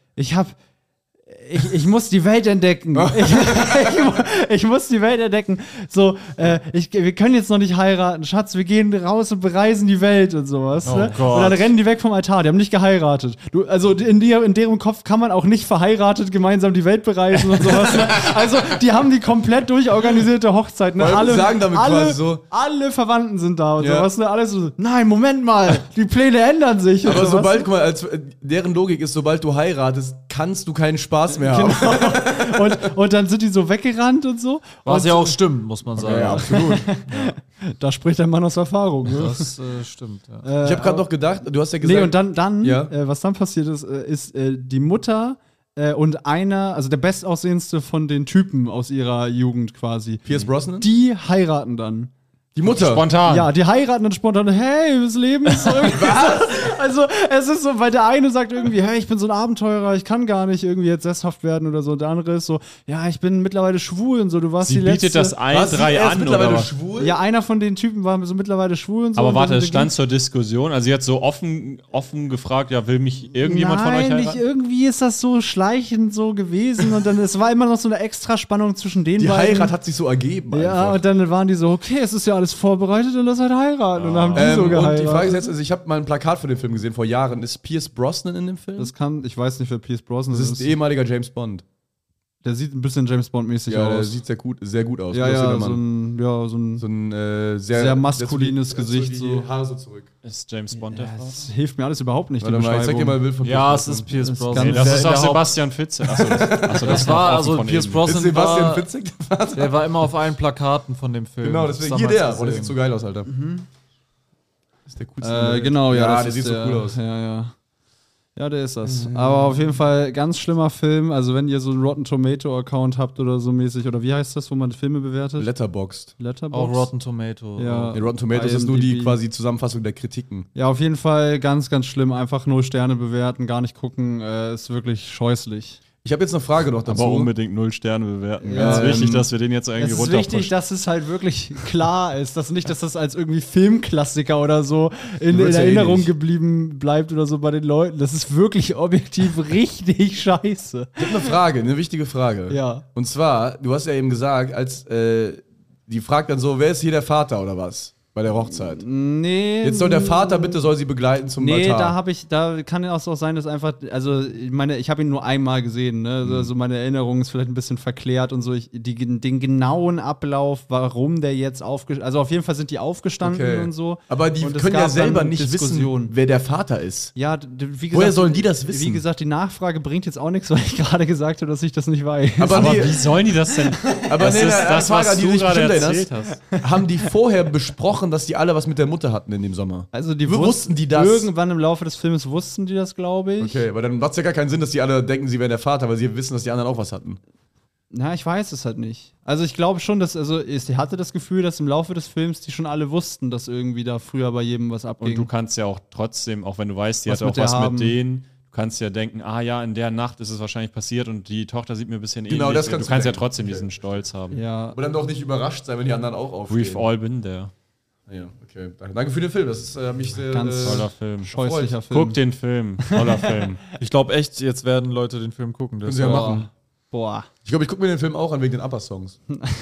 Ich muss die Welt entdecken. Ich muss die Welt entdecken. So, wir können jetzt noch nicht heiraten. Schatz, wir gehen raus und bereisen die Welt und sowas. Oh ne? Gott. Und dann rennen die weg vom Altar. Die haben nicht geheiratet. Also in deren Kopf kann man auch nicht verheiratet gemeinsam die Welt bereisen und sowas. Ne? Also die haben die komplett durchorganisierte Hochzeit. Ne? Weil wir sagen damit quasi so. Alle Verwandten sind da und Ja. sowas. Ne? Alles so, nein, Moment mal. Die Pläne ändern sich. und Aber sowas. sobald, guck mal, deren Logik ist, sobald du heiratest, kannst du keinen Spaß Spaß mehr haben. Und dann sind die so weggerannt und so. Was und ja auch stimmt, muss man sagen. Ja, absolut. Da spricht der Mann aus Erfahrung. Ne? Das stimmt, ja. Ich habe gerade noch gedacht, du hast ja gesagt. Nee, und dann Ja. was dann passiert ist die Mutter und einer, also der bestaussehendste von den Typen aus ihrer Jugend quasi, Pierce Brosnan? die heiraten dann. Die Mutter. Spontan. Ja, die heiraten dann spontan, hey, das Leben ist so irgendwie so, also es ist so, weil der eine sagt irgendwie, hey, ich bin so ein Abenteurer, ich kann gar nicht irgendwie jetzt sesshaft werden oder so. Und der andere ist so, ja, ich bin mittlerweile schwul und so, du warst Sie die letzte. bietet das ein, Was, drei er ist an, mittlerweile oder was? schwul? Ja, einer von den Typen war so mittlerweile schwul und so. Aber und warte, dann- es stand zur Diskussion. Also sie hat so offen gefragt, ja, will mich irgendjemand von euch Nein, nicht, heiraten? irgendwie ist das so schleichend so gewesen und dann es war immer noch so eine extra Spannung zwischen den Die beiden. Heirat hat sich so ergeben. Ja, einfach. und dann waren die so, okay, es ist ja alles vorbereitet und lass halt heiraten. Und dann haben die so Und geheiratet. die Frage ist jetzt, also ich habe mal ein Plakat für den Film gesehen vor Jahren. Ist Pierce Brosnan in dem Film? Das kann, ich weiß nicht, wer Pierce Brosnan Das ist ein ehemaliger James Bond. Der sieht ein bisschen James Bond-mäßig Ja, der aus. sieht sehr gut aus. ja, Großer ja, Mann. so ein so ein sehr maskulines der hat so Gesicht, die so. Haare so zurück. Ist James Bond der Vater? das hilft mir alles überhaupt nicht, Warte mal, ich zeig dir mal ein Bild von Ja, Pierce es ist Brosnan. Pierce Das Brosnan. kann- Nee, das ist Der auch Haupt- Sebastian Fitze. Achso, Das war, also Pierce Ist Brosnan Sebastian war, Fitzek? der war immer auf allen Plakaten von dem Film. Genau, Das deswegen ist hier damals der. Oh, der gesehen. sieht so geil aus, Alter. Das ist der coolste. Genau, ja, der sieht so cool aus. Ja. Ja, der ist das. Aber auf jeden Fall ganz schlimmer Film. Also, wenn ihr so einen Rotten Tomato-Account habt oder so mäßig, oder wie heißt das, wo man Filme bewertet? Letterboxd. Letterboxd? Auch Rotten Tomato. Ja. Nee, Rotten Tomatoes ist nur die IMDb. quasi Zusammenfassung der Kritiken. Ja, auf jeden Fall ganz, ganz schlimm. Einfach 0 Sterne bewerten, gar nicht gucken. Ist wirklich scheußlich. Ich habe jetzt eine Frage noch dazu. Aber unbedingt 0 Sterne bewerten. Ja, Ganz wichtig, dass wir den jetzt irgendwie Es ist wichtig, runterpushen. dass es halt wirklich klar ist, dass nicht, dass das als irgendwie Filmklassiker oder so in Wird's ja eh Erinnerung nicht. geblieben bleibt oder so bei den Leuten. Das ist wirklich objektiv richtig scheiße. Ich habe eine Frage, eine wichtige Frage. Ja. Und zwar, du hast ja eben gesagt, als die fragt dann so, wer ist hier der Vater oder was? Bei der Hochzeit. Nee. Jetzt soll der Vater bitte, soll sie begleiten zum Nee, Altar. da kann es auch sein, dass einfach, also ich habe ihn nur einmal gesehen, ne? Also meine Erinnerung ist vielleicht ein bisschen verklärt und so. Den genauen Ablauf, warum der jetzt also auf jeden Fall sind die aufgestanden und so. Aber die Und es können ja gab selber dann nicht Diskussionen. wissen, wer der Vater ist. Ja, wie gesagt, Woher sollen die das wissen? Wie gesagt, die Nachfrage bringt jetzt auch nichts, weil ich gerade gesagt habe, dass ich das nicht weiß. Aber, Aber nee, wie sollen die das denn? aber Das nee, ist das, Frage, was an die du dich gerade bestimmt erzählt erinnerst. hast. Haben die vorher besprochen, dass die alle was mit der Mutter hatten in dem Sommer? Also die Wussten die das? Irgendwann im Laufe des Films wussten die das, glaube ich. Okay, aber dann macht es ja gar keinen Sinn, dass die alle denken, sie wären der Vater, weil sie wissen, dass die anderen auch was hatten. Na, ich weiß es halt nicht. Also ich glaube schon, dass, ich hatte das Gefühl, dass im Laufe des Films die schon alle wussten, dass irgendwie da früher bei jedem was abging. Und du kannst ja auch trotzdem, auch wenn du weißt, die Was hat auch mit der was haben. mit denen, du kannst ja denken, ah ja, in der Nacht ist es wahrscheinlich passiert und die Tochter sieht mir ein bisschen Genau, ähnlich. das Du kannst kannst du ja denken. trotzdem Okay. diesen Stolz haben. ja. Aber dann doch nicht überrascht sein, wenn die anderen auch aufstehen. We've all been there. Ja, okay. Danke für den Film. Das ist mich sehr Ganz Toller Film. Scheußlicher Film. Guck den Film. Toller Film. Ich glaube echt, jetzt werden Leute den Film gucken. Das Können sie ja machen. Boah. Ich glaube, ich gucke mir den Film auch an wegen den Upper-Songs.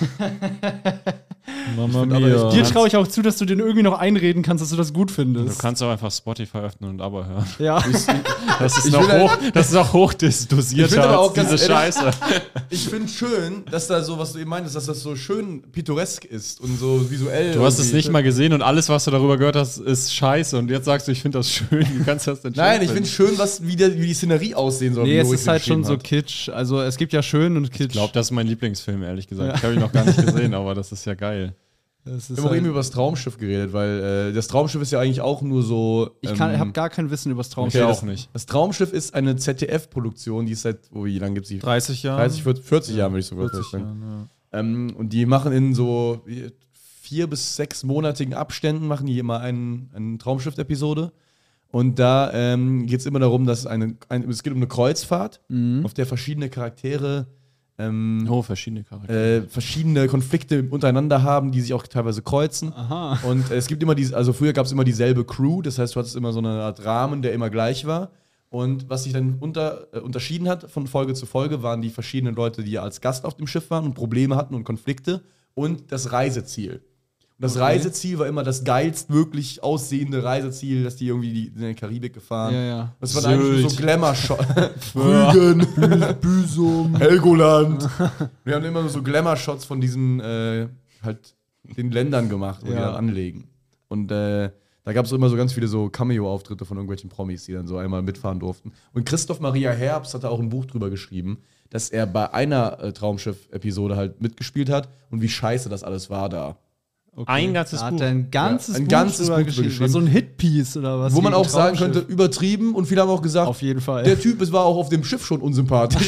Mama find aber mia. Dir traue ich auch zu, dass du den irgendwie noch einreden kannst, dass du das gut Du findest. kannst auch einfach Spotify öffnen und aber hören. Ja. Das ist Ich noch will hoch, das ist auch hoch Ich dosierter find aber auch als ganz diese ehrlich- Scheiße. Ich finde schön, dass da so, was du eben meintest, dass das so schön pittoresk ist und so visuell. Du hast es irgendwie. nicht mal gesehen und alles, was du darüber gehört hast, ist scheiße. Und jetzt sagst du, ich finde das schön. Wie kannst du das denn schön Nein, ich finden? finde schön, wie die Szenerie aussehen soll. Nee, wie es Ulrich ist halt schon beschrieben so hat. Kitsch. Also es gibt ja schön und Kitsch. Ich glaube, das ist mein Lieblingsfilm, ehrlich gesagt. Ich habe ihn noch gar nicht gesehen, aber das ist ja geil. das Wir ist haben auch halt, eben über das Traumschiff geredet, weil das Traumschiff ist ja eigentlich auch nur so. ich habe gar kein Wissen über das Ich Traumschiff. Okay, auch nicht. Das Traumschiff ist eine ZDF-Produktion, die ist seit, wie lange gibt es die? 30 Jahre. 30, 40 Jahren, würde ich sogar 40 sagen. Jahren, ja. Und die machen in so 4 bis 6 monatigen Abständen machen die immer eine Traumschiff-Episode. Und da geht es immer darum, dass es geht um eine Kreuzfahrt, auf der verschiedene Charaktere Oh, verschiedene Charaktere. verschiedene Konflikte untereinander haben, die sich auch teilweise kreuzen. Aha. Und es gibt immer also früher gab es immer dieselbe Crew, das heißt, du hattest immer so eine Art Rahmen, der immer gleich war. Und was sich dann unterschieden hat von Folge zu Folge, waren die verschiedenen Leute, die als Gast auf dem Schiff waren und Probleme hatten und Konflikte und das Reiseziel. Und das Reiseziel war immer das geilst wirklich aussehende Reiseziel, dass die irgendwie in der Karibik gefahren. Ja, ja. Das waren eigentlich nur so Sylt. Glamour-Shots. Rügen, Büsum, Helgoland. Wir haben immer nur so Glamour-Shots von diesen halt den Ländern gemacht, wo die Ja. dann anlegen. Und Da gab es immer so ganz viele so Cameo-Auftritte von irgendwelchen Promis, die dann so einmal mitfahren durften. Und Christoph Maria Herbst hat da auch ein Buch drüber geschrieben, dass er bei einer Traumschiff-Episode halt mitgespielt hat und wie scheiße das alles war da. Ein ganzes Da Buch. hat er ein ganzes ein Buch ganzes drüber Buch drüber geschrieben. So ein Hitpiece oder was? Wo man gegen auch sagen Traumschiff. könnte, übertrieben und viele haben auch gesagt, Auf jeden Fall. der Typ war auch auf dem Schiff schon unsympathisch.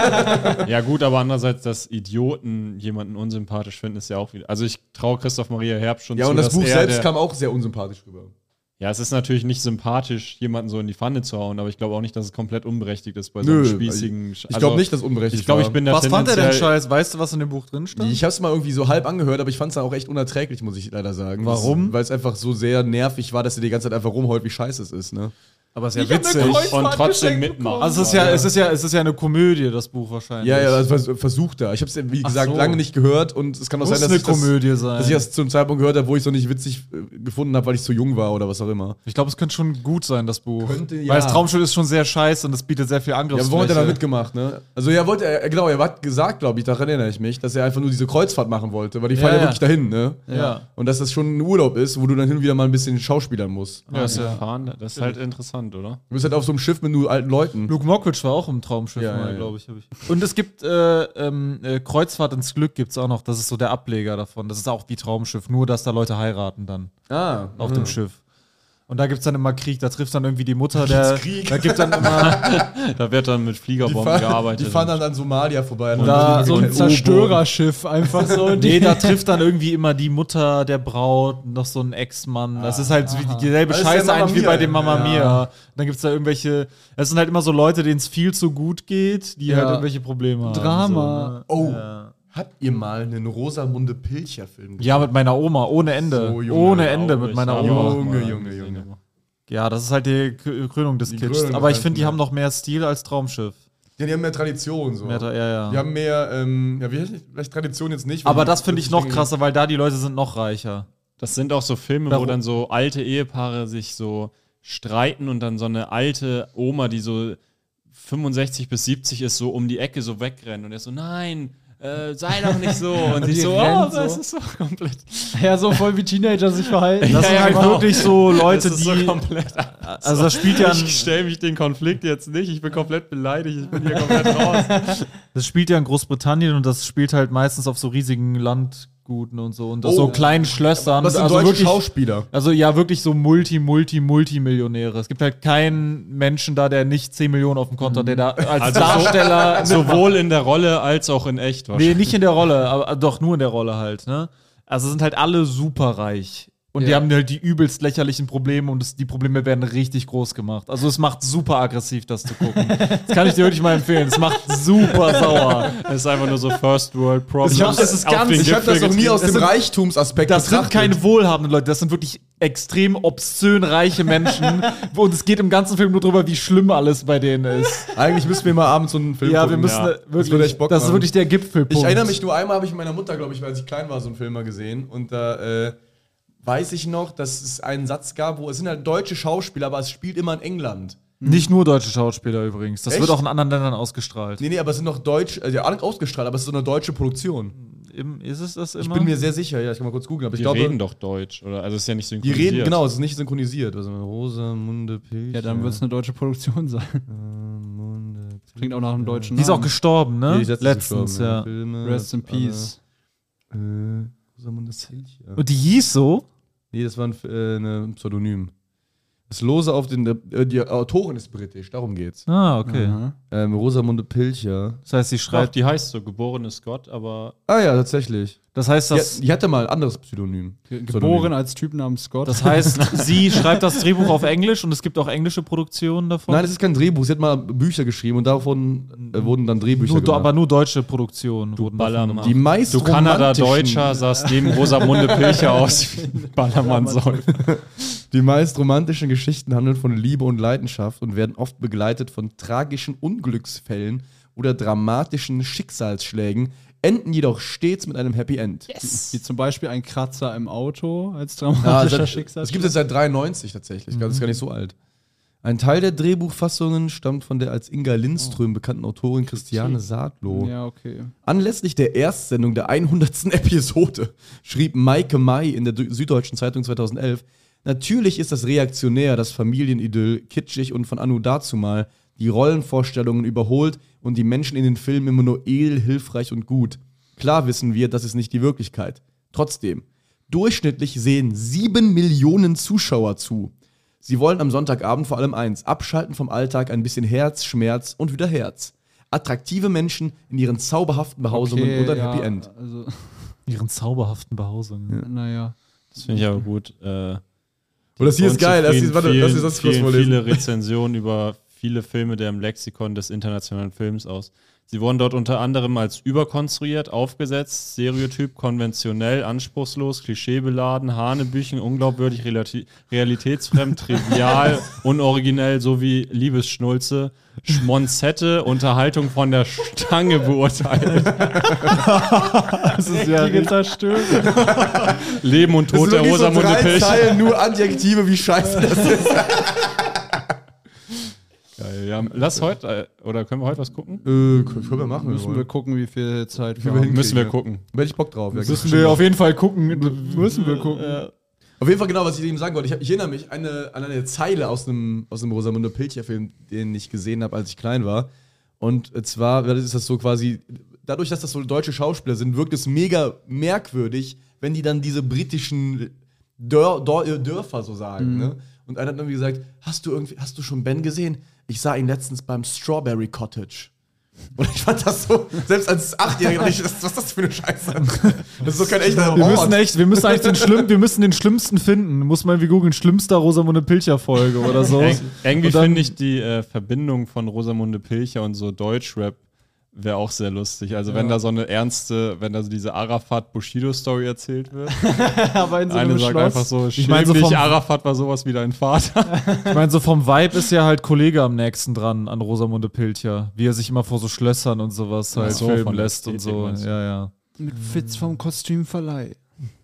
Ja, gut, aber andererseits, dass Idioten jemanden unsympathisch finden, ist ja auch wieder. Also, ich traue Christoph Maria Herbst schon Ja, zu, und das dass Buch er selbst der- kam auch sehr unsympathisch rüber. Ja, es ist natürlich nicht sympathisch, jemanden so in die Pfanne zu hauen, aber ich glaube auch nicht, dass es komplett unberechtigt ist bei so einem spießigen. Ich glaube nicht, dass es unberechtigt Ich glaube, ich war. bin da Was fand er denn tendenziell- scheiß? Weißt du, was in dem Buch drin stand? Ich habe es mal irgendwie so halb angehört, aber ich fand es dann auch echt unerträglich, muss ich leider sagen. Warum? Weil es einfach so sehr nervig war, dass er die ganze Zeit einfach rumheult, wie scheiße es ist, ne? Aber es ist ja witzig. Und trotzdem mitmachen. Also es ist ja eine Komödie, das Buch wahrscheinlich. Ja, ja, also versucht er. Ich habe es, wie gesagt, so. lange nicht gehört und es kann auch Muss sein, dass eine ich das, Komödie sein. dass ich das zum Zeitpunkt gehört habe, wo ich es noch nicht witzig gefunden habe, weil ich zu jung war oder was auch immer. Ich glaube, es könnte schon gut sein, das Buch. Könnte, ja. Weil das Traumschiff ist schon sehr scheiße und es bietet sehr viel Ja, Angriffsfläche. warum hat er da mitgemacht, ne? Also er hat gesagt, glaube ich, daran erinnere ich mich, dass er einfach nur diese Kreuzfahrt machen wollte, weil die fahren ja ja. wirklich dahin, ne? Ja. Und dass das schon ein Urlaub ist, wo du dann hin und wieder mal ein bisschen schauspielern musst. Ja, ist ja. Fahren, das ist halt interessant, oder? Du bist halt auf so einem Schiff mit nur alten Leuten. Luke Mockridge war auch im Traumschiff Ja, mal, ja. glaube ich. Und es gibt Kreuzfahrt ins Glück gibt's auch noch. Das ist so der Ableger davon. Das ist auch wie Traumschiff, nur dass da Leute heiraten dann auf dem Schiff. Und da gibt's dann immer Krieg. Da trifft dann irgendwie die Mutter der. Krieg. Da gibt dann immer. Da wird dann mit Fliegerbomben gearbeitet. Die fahren dann an Somalia vorbei. Da- so ein Zerstörerschiff einfach so. Nee, da trifft dann irgendwie immer die Mutter der Braut, noch so ein Ex-Mann. Das ist halt wie dieselbe Das ist Scheiße der Mamma eigentlich wie Mia. bei dem Mamma Ja. Mia. Dann gibt's da irgendwelche. Es sind halt immer so Leute, denen es viel zu gut geht, die Ja. halt irgendwelche Probleme haben. Drama. So, ne? Oh, Ja. habt ihr mal einen Rosamunde Pilcher-Film gesehen? Ja, mit meiner Oma, ohne Ende. So, Junge, ohne Ende mit Ich meiner hab Oma. auch Junge, mal Junge, gesehen, Junge. aber- Ja, das ist halt die Krönung des Die Kitschs. Krönung Aber des ich finde, die Ganzen, haben noch mehr Stil als Traumschiff. Ja, die haben mehr Tradition. So. Mehr, ja. Die haben mehr, ja, wie heißt das? Vielleicht Tradition jetzt nicht. weil Aber die das finde ich noch Dinge- krasser, weil da die Leute sind noch reicher. Das sind auch so Filme, wo Warum? dann so alte Ehepaare sich so streiten und dann so eine alte Oma, die so 65 bis 70 ist, so um die Ecke so wegrennen und er so, nein, sei doch nicht so. Und sie die so, rennt aber es so. ist so komplett. Ja, so voll wie Teenager sich verhalten. Das sind halt wirklich so Leute, Das ist so die. komplett. Also das spielt ja Ich stelle mich den Konflikt jetzt nicht, ich bin komplett beleidigt, ich bin hier komplett raus. das spielt ja in Großbritannien und das spielt halt meistens auf so riesigen Landguten und so und auf so kleinen Schlössern. Das sind also deutsche wirklich, Schauspieler. also ja, wirklich so Multimillionäre. Es gibt halt keinen Menschen da, der nicht 10 Millionen auf dem Konto hat, der da als Also Darsteller. Sowohl in der Rolle als auch in echt Nee, wahrscheinlich. nicht in der Rolle, aber doch nur in der Rolle halt, ne? Also sind halt alle superreich. Und die haben halt die übelst lächerlichen Probleme und die Probleme werden richtig groß gemacht. Also es macht super aggressiv, das zu gucken. Das kann ich dir wirklich mal empfehlen. Es macht super sauer. Es ist einfach nur so First World Problems. Ich hab- es ist auf ganz- den Ich habe das Gipfel noch nie aus Das dem sind- Reichtumsaspekt Das sind betrachtet. keine wohlhabenden Leute, das sind wirklich extrem obszön reiche Menschen. Und es geht im ganzen Film nur darüber, wie schlimm alles bei denen ist. Eigentlich müssen wir mal abends so einen Film Ja, gucken. wir müssen ja. wirklich, würde echt Bock das ist machen. wirklich der Gipfelpunkt. Ich erinnere mich nur einmal, habe ich mit meiner Mutter, glaube ich, als ich klein war, so einen Film mal gesehen. Und da weiß ich noch, dass es einen Satz gab, wo es sind halt deutsche Schauspieler, aber es spielt immer in England. Nicht nur deutsche Schauspieler übrigens. Das Echt? wird auch in anderen Ländern ausgestrahlt. Nee, aber es sind noch deutsch, ja, ausgestrahlt, aber es ist so eine deutsche Produktion. Ist es das immer? Ich bin mir sehr sicher, ja, ich kann mal kurz googeln, aber ich Die glaube, reden doch Deutsch, oder? Also es ist ja nicht die synchronisiert. reden, genau, es ist nicht synchronisiert. Also Rosamunde Pilcher. Ja, dann wird es eine deutsche Produktion sein. Klingt auch nach einem deutschen Die ist auch Namen. gestorben, ne? Die ist Letztens, gestorben, ja. Filme, Rest in Peace. Rosamunde Pilcher. Und die hieß so? Nee, das war ein Pseudonym. Das Lose auf den. Die Autorin ist britisch, darum geht's. Ah, okay. Rosamunde Pilcher. Das heißt, sie Doch, schreibt. die heißt so, geboren ist Gott, aber Ah ja, tatsächlich. Das heißt, Die hatte mal ein anderes Pseudonym. Geboren als Typ namens Scott. das heißt, sie schreibt das Drehbuch auf Englisch und es gibt auch englische Produktionen davon. Nein, das ist kein Drehbuch. Sie hat mal Bücher geschrieben und davon wurden dann Drehbücher nur, aber nur deutsche Produktionen wurden davon Ballermann. gemacht. Die meist du romantischen- Kanada-Deutscher sahst neben Rosamunde Pilcher aus wie ein Ballermann-Säufer. Die meist romantischen Geschichten handeln von Liebe und Leidenschaft und werden oft begleitet von tragischen Unglücksfällen oder dramatischen Schicksalsschlägen, enden jedoch stets mit einem Happy End. Wie zum Beispiel ein Kratzer im Auto als Ja, dramatischer Schicksal. das gibt es seit 93 tatsächlich. Das ist gar nicht so alt. Ein Teil der Drehbuchfassungen stammt von der als Inga Lindström bekannten Autorin Christiane Sadlow. Ja, okay. Anlässlich der Erstsendung der 100. Episode schrieb Maike May in der Süddeutschen Zeitung 2011, Natürlich ist das reaktionär, das Familienidyll, kitschig und von Anno dazumal, die Rollenvorstellungen überholt und die Menschen in den Filmen immer nur edel, hilfreich und gut. Klar wissen wir, das ist nicht die Wirklichkeit. Trotzdem, durchschnittlich sehen 7 Millionen Zuschauer zu. Sie wollen am Sonntagabend vor allem eins: abschalten vom Alltag, ein bisschen Herz, Schmerz und wieder Herz. Attraktive Menschen in ihren zauberhaften Behausungen oder ein Happy End. Also, Ihren zauberhaften Behausungen. naja. Das finde ich aber gut. Und das hier ist geil. Das ist das viele Rezensionen über viele Filme der im Lexikon des internationalen Films aus. Sie wurden dort unter anderem als überkonstruiert, aufgesetzt, stereotyp, konventionell, anspruchslos, klischeebeladen, hanebüchen, unglaubwürdig, realitätsfremd, trivial, unoriginell sowie Liebesschnulze, Schmonzette, Unterhaltung von der Stange beurteilt. Das ist ja die Zerstörung. Leben und Tod der Rosamunde Pilcher. Zeilen, nur Adjektive, wie scheiße das ist. Geil, ja. Lass heute, oder können wir heute was gucken? Können wir machen. Müssen wir gucken, wie viel Zeit wir wir haben. hinkriegen. Müssen wir gucken. Da hätte ich Bock drauf. Ja, Müssen wir auf jeden Fall gucken. Müssen wir gucken. Auf jeden Fall genau, was ich eben sagen wollte. Ich erinnere mich an eine Zeile aus einem Rosamunde Pilcher-Film, den ich gesehen habe, als ich klein war. Und zwar ist das so quasi, dadurch, dass das so deutsche Schauspieler sind, wirkt es mega merkwürdig, wenn die dann diese britischen Dörfer so sagen. Ne? Und einer hat irgendwie gesagt, hast du schon Ben gesehen? Ich sah ihn letztens beim Strawberry Cottage. Und ich fand das so, selbst als 8-Jähriger, was ist das für eine Scheiße? Das ist doch kein echter Ort. Wir müssen eigentlich den Schlimmsten finden. Muss man wie googeln, schlimmster Rosamunde Pilcher-Folge oder so. Irgendwie finde ich die Verbindung von Rosamunde Pilcher und so Deutschrap wäre auch sehr lustig. Also wenn da so eine wenn da so diese Arafat-Bushido-Story erzählt wird. Aber in so einem Eine sagt Schloss. einfach so, Ich meine, so vom- Arafat war sowas wie dein Vater. Ich meine, so vom Vibe ist ja halt Kollege am nächsten dran an Rosamunde Pilcher. Wie er sich immer vor so Schlössern und sowas halt so, filmen von der lässt und Ästhetik so. meinst du? Ja. Mit Fitz vom Kostümverleih.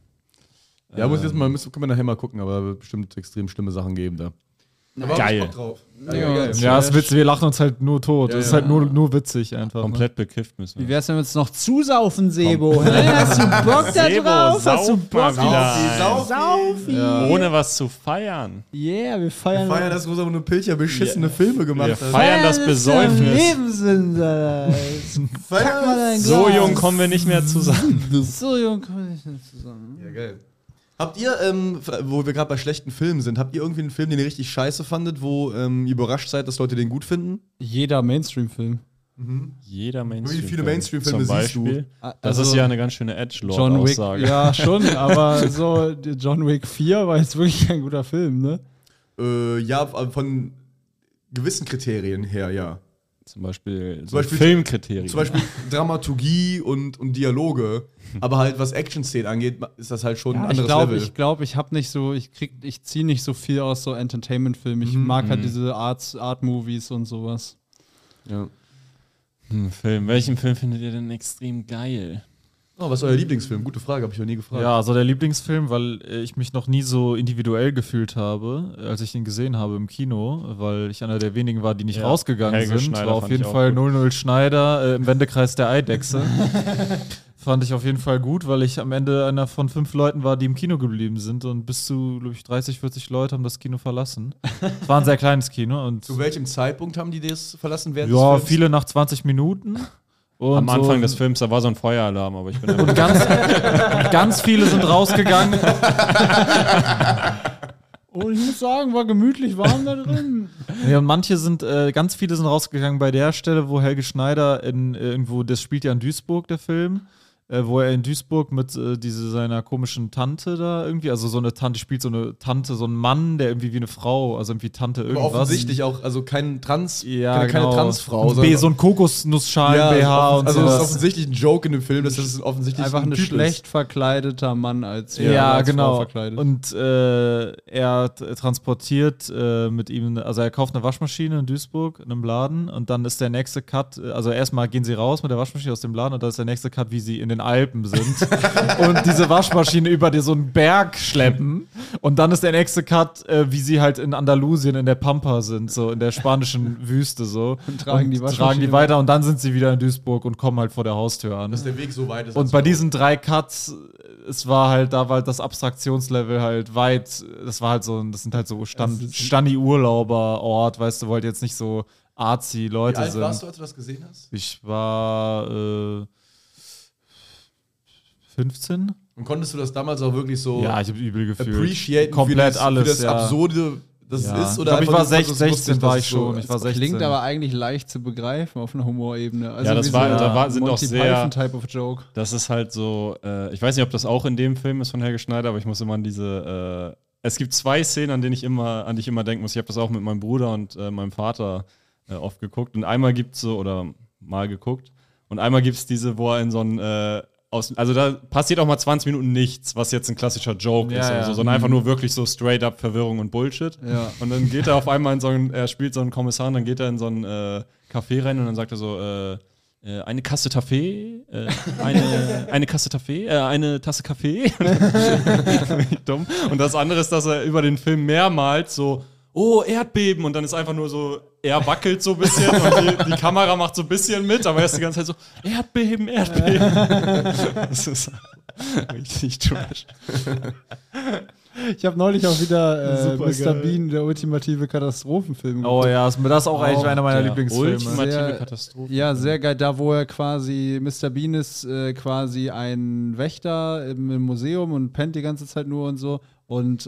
Ja, können wir nachher mal gucken, aber wird bestimmt extrem schlimme Sachen geben da. Geil. Ja, ist witzig, wir lachen uns halt nur tot. Es ist halt nur witzig einfach. Komplett bekifft müssen Wie wir. wär's, wenn wir uns noch zusaufen, Sebo? Hast du Bock da Sebo, drauf? Hast du sauf Bock? mal wieder Saufi. Ohne was zu feiern. Yeah, wir feiern. Feiern, dass Rosamunde Pilcher beschissene Filme gemacht Wir hat. feiern das Besäufnis. Lebenssinn. Pack mal dein So Glas. jung kommen wir nicht mehr zusammen. So jung kommen wir nicht mehr zusammen. Ja, geil. Habt ihr, wo wir gerade bei schlechten Filmen sind, habt ihr irgendwie einen Film, den ihr richtig scheiße fandet, wo ihr überrascht seid, dass Leute den gut finden? Jeder Mainstream-Film. Jeder Mainstream. Wie viele Mainstream-Filme Zum siehst du? Beispiel. Das Also, ist ja eine ganz schöne John Wick, Edgelord-Aussage. ja schon, aber so die John Wick 4 war jetzt wirklich kein guter Film, ne? Ja, von gewissen Kriterien her, ja. Zum Beispiel, Zum Beispiel- Filmkriterien. Zum Beispiel Dramaturgie und Dialoge. Aber halt, was Action-Szenen angeht, ist das halt schon ein anderes Level. Ich glaube, ich habe nicht so, ich ziehe nicht so viel aus so Entertainment-Filmen. Ich mag halt diese Art-Movies und sowas. Ja. Film. Welchen Film findet ihr denn extrem geil? Oh, was ist euer Lieblingsfilm? Gute Frage, habe ich noch nie gefragt. Ja, also der Lieblingsfilm, weil ich mich noch nie so individuell gefühlt habe, als ich ihn gesehen habe im Kino, weil ich einer der wenigen war, die nicht Ja, rausgegangen Helge sind. Schneider War auf fand jeden ich auch Fall gut. 00 Schneider im Wendekreis der Eidechse. Fand ich auf jeden Fall gut, weil ich am Ende einer von 5 Leuten war, die im Kino geblieben sind und bis zu, glaube ich, 30, 40 Leute haben das Kino verlassen. Es war ein sehr kleines Kino und Zu welchem Zeitpunkt haben die das verlassen während des ja, Films? viele nach 20 Minuten. Und Am Anfang so, des Films, da war so ein Feueralarm, aber ich bin und ganz viele sind rausgegangen. Und ich muss sagen, war gemütlich warm da drin. Ja, und manche sind, ganz viele sind rausgegangen bei der Stelle, wo Helge Schneider irgendwo, das spielt ja in Duisburg, der Film, wo er in Duisburg mit seiner komischen Tante da irgendwie, also so eine Tante, spielt so eine Tante, so ein Mann, der irgendwie wie eine Frau, also irgendwie Tante Aber irgendwas. offensichtlich auch, also keine Ja, genau. Transfrau. Und so ein Kokosnussschalen-BH und also es ist sowas. offensichtlich ein Joke in dem Film, dass das offensichtlich Einfach ein Typ schlecht verkleideter Mann als Ja, als Frau genau. verkleidet. Und er transportiert mit ihm, also er kauft eine Waschmaschine in Duisburg in einem Laden und dann ist der nächste Cut, also erstmal gehen sie raus mit der Waschmaschine aus dem Laden und dann ist der nächste Cut, wie sie in den Alpen sind und diese Waschmaschine über so einen Berg schleppen und dann ist der nächste Cut, wie sie halt in Andalusien in der Pampa sind, so in der spanischen Wüste so Und tragen die Waschmaschine tragen die weiter und dann sind sie wieder in Duisburg und kommen halt vor der Haustür an. dass der Weg so weit ist. Und bei diesen 3 Cuts es war halt, da war halt das Abstraktionslevel halt weit, das war halt so, das sind halt so Standi-Urlauber-Ort, weißt du, wo halt jetzt nicht so artsy Leute Wie alt sind. warst du, als du das gesehen hast? Ich war 15. Und konntest du das damals auch wirklich so Ja, ich habe übel gefühlt. appreciaten Komplett für alles, das ja. Absurde, das Ja. ist? Ich Oder glaube, ich einfach war nur, dass du 16 wusstest, war dass ich es schon. so- Ich war 16. Klingt aber eigentlich leicht zu begreifen auf einer Humorebene. Also Ja, das wie war- so da war- ein sind auch Monty sehr- Python Type of Joke. Das ist halt so, ich weiß nicht, ob das auch in dem Film ist von Helge Schneider, aber ich muss immer an diese, es gibt 2 Szenen, an die ich immer denken muss. Ich habe das auch mit meinem Bruder und meinem Vater oft geguckt. Und einmal gibt's so, oder mal geguckt, und einmal gibt's diese, wo er in so ein, also da passiert auch mal 20 Minuten nichts, was jetzt ein klassischer Joke Ja, ist, oder ja. so, sondern einfach nur wirklich so straight up Verwirrung und Bullshit. Ja. Und dann geht er auf einmal in so ein, er spielt so einen Kommissar und dann geht er in so ein Café rein und dann sagt er so, eine Kasse Kaffee, eine Kasse Kaffee, eine Tasse Kaffee. Dumm. Und das andere ist, dass er über den Film mehrmals so, oh, Erdbeben, und dann ist einfach nur so, er wackelt so ein bisschen und die Kamera macht so ein bisschen mit, aber er ist die ganze Zeit so, Erdbeben, Erdbeben. Das ist richtig trash. Ich habe neulich auch wieder Mr. Supergeil. Bean, der ultimative Katastrophenfilm Oh ja, das ist auch eigentlich Auch einer meiner der Lieblingsfilme. ultimative Sehr- Katastrophe. Ja, sehr geil. Da, wo er quasi, Mr. Bean ist quasi ein Wächter im Museum und pennt die ganze Zeit nur und so. Und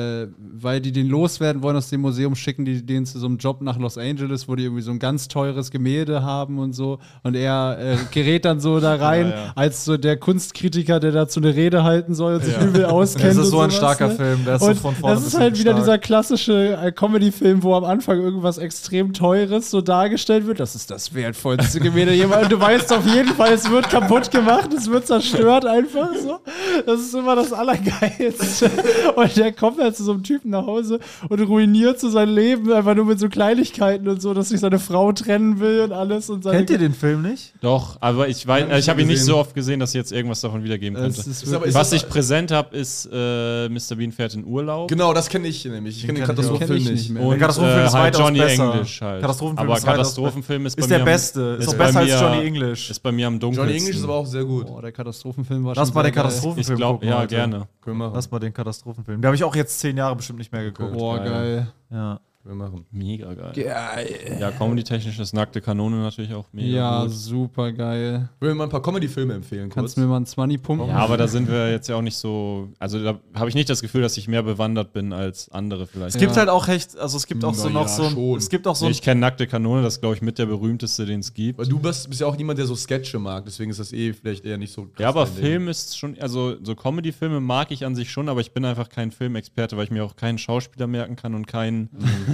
weil die den loswerden wollen aus dem Museum, schicken die den zu so einem Job nach Los Angeles, wo die irgendwie so ein ganz teures Gemälde haben und so. Und er gerät dann so da rein, Ja. als so der Kunstkritiker, der dazu eine Rede halten soll und sich übel auskennt. Das ist und so ein sowas, starker ne? Film, der ist so Und von vorne das bis ist halt hinten wieder stark. dieser klassische Comedy-Film, wo am Anfang irgendwas extrem Teures so dargestellt wird. Das ist das wertvollste Gemälde jemals. Und du weißt auf jeden Fall, es wird kaputt gemacht, es wird zerstört einfach so. Das ist immer das Allergeilste. Und der kommt halt zu so einem Typen nach Hause und ruiniert so sein Leben einfach nur mit so Kleinigkeiten und so, dass sich seine Frau trennen will und alles. Und seine Kennt ihr den Film nicht? Doch, aber ich weiß, ich habe ihn nicht gesehen. so oft gesehen, dass ich jetzt irgendwas davon wiedergeben könnte. Es ist Ist aber- wirklich- Was ich präsent habe, ist Mr. Bean fährt in Urlaub. Genau, das kenne ich nämlich. Ich kenne den kenn ich auch. Katastrophenfilm Kenn ich nicht. nicht mehr. Und Katastrophenfilm ist halt weitaus Johnny besser. English halt. Katastrophenfilm aber ist weitaus Katastrophenfilm ist Ist bei der mir Beste. Ist ist auch bei besser als mir- Johnny English. Ist bei mir am dunkelsten. Johnny English ist aber auch sehr gut. Boah, der Katastrophenfilm war Lass schon mal sehr den geil. Katastrophenfilm Ich glaube, gucken. ja, heute. gerne. Können wir machen. Lass mal den Katastrophenfilm. Den habe ich auch jetzt 10 Jahre bestimmt nicht mehr geguckt. Boah, geil. Ja. Können wir machen. Mega geil. Geil. Ja, comedy-technisch ist Nackte Kanone natürlich auch mega Ja, gut. super geil. Ich will mal ein paar Comedy-Filme empfehlen, kurz. Kannst du mir mal ein 20 pumpen? Ja, aber da sind wir jetzt ja auch nicht so. Also da habe ich nicht das Gefühl, dass ich mehr bewandert bin als andere vielleicht. Es gibt halt auch echt, also es gibt auch so Na noch ja, so ein, schon. es gibt auch so Nee, ein, ich kenne Nackte Kanone, das ist, glaube ich, mit der berühmteste, den es gibt. Weil du bist ja auch niemand, der so Sketche mag, deswegen ist das vielleicht eher nicht so krass. Ja, aber dein Ding. Film ist schon, also so Comedy-Filme mag ich an sich schon, aber ich bin einfach kein Filmexperte, weil ich mir auch keinen Schauspieler merken kann und keinen.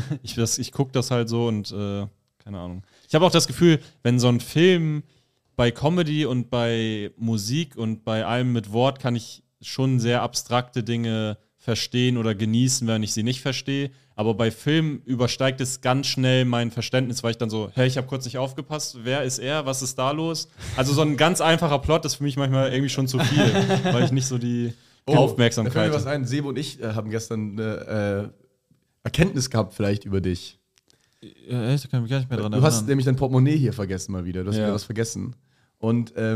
Ich gucke das halt so und keine Ahnung. Ich habe auch das Gefühl, wenn so ein Film bei Comedy und bei Musik und bei allem mit Wort kann ich schon sehr abstrakte Dinge verstehen oder genießen, wenn ich sie nicht verstehe. Aber bei Film übersteigt es ganz schnell mein Verständnis, weil ich dann so, hey, ich habe kurz nicht aufgepasst, wer ist er, was ist da los? Also so ein ganz einfacher Plot ist für mich manchmal irgendwie schon zu viel, weil ich nicht so die Da fällt Aufmerksamkeit mir was ein. Sebo und ich haben gestern eine Erkenntnis gehabt vielleicht über dich. echt, da kann ich mich gar nicht mehr dran Du hast nämlich dein Portemonnaie hier vergessen mal wieder. Du hast Ja. wieder was vergessen. Und ja.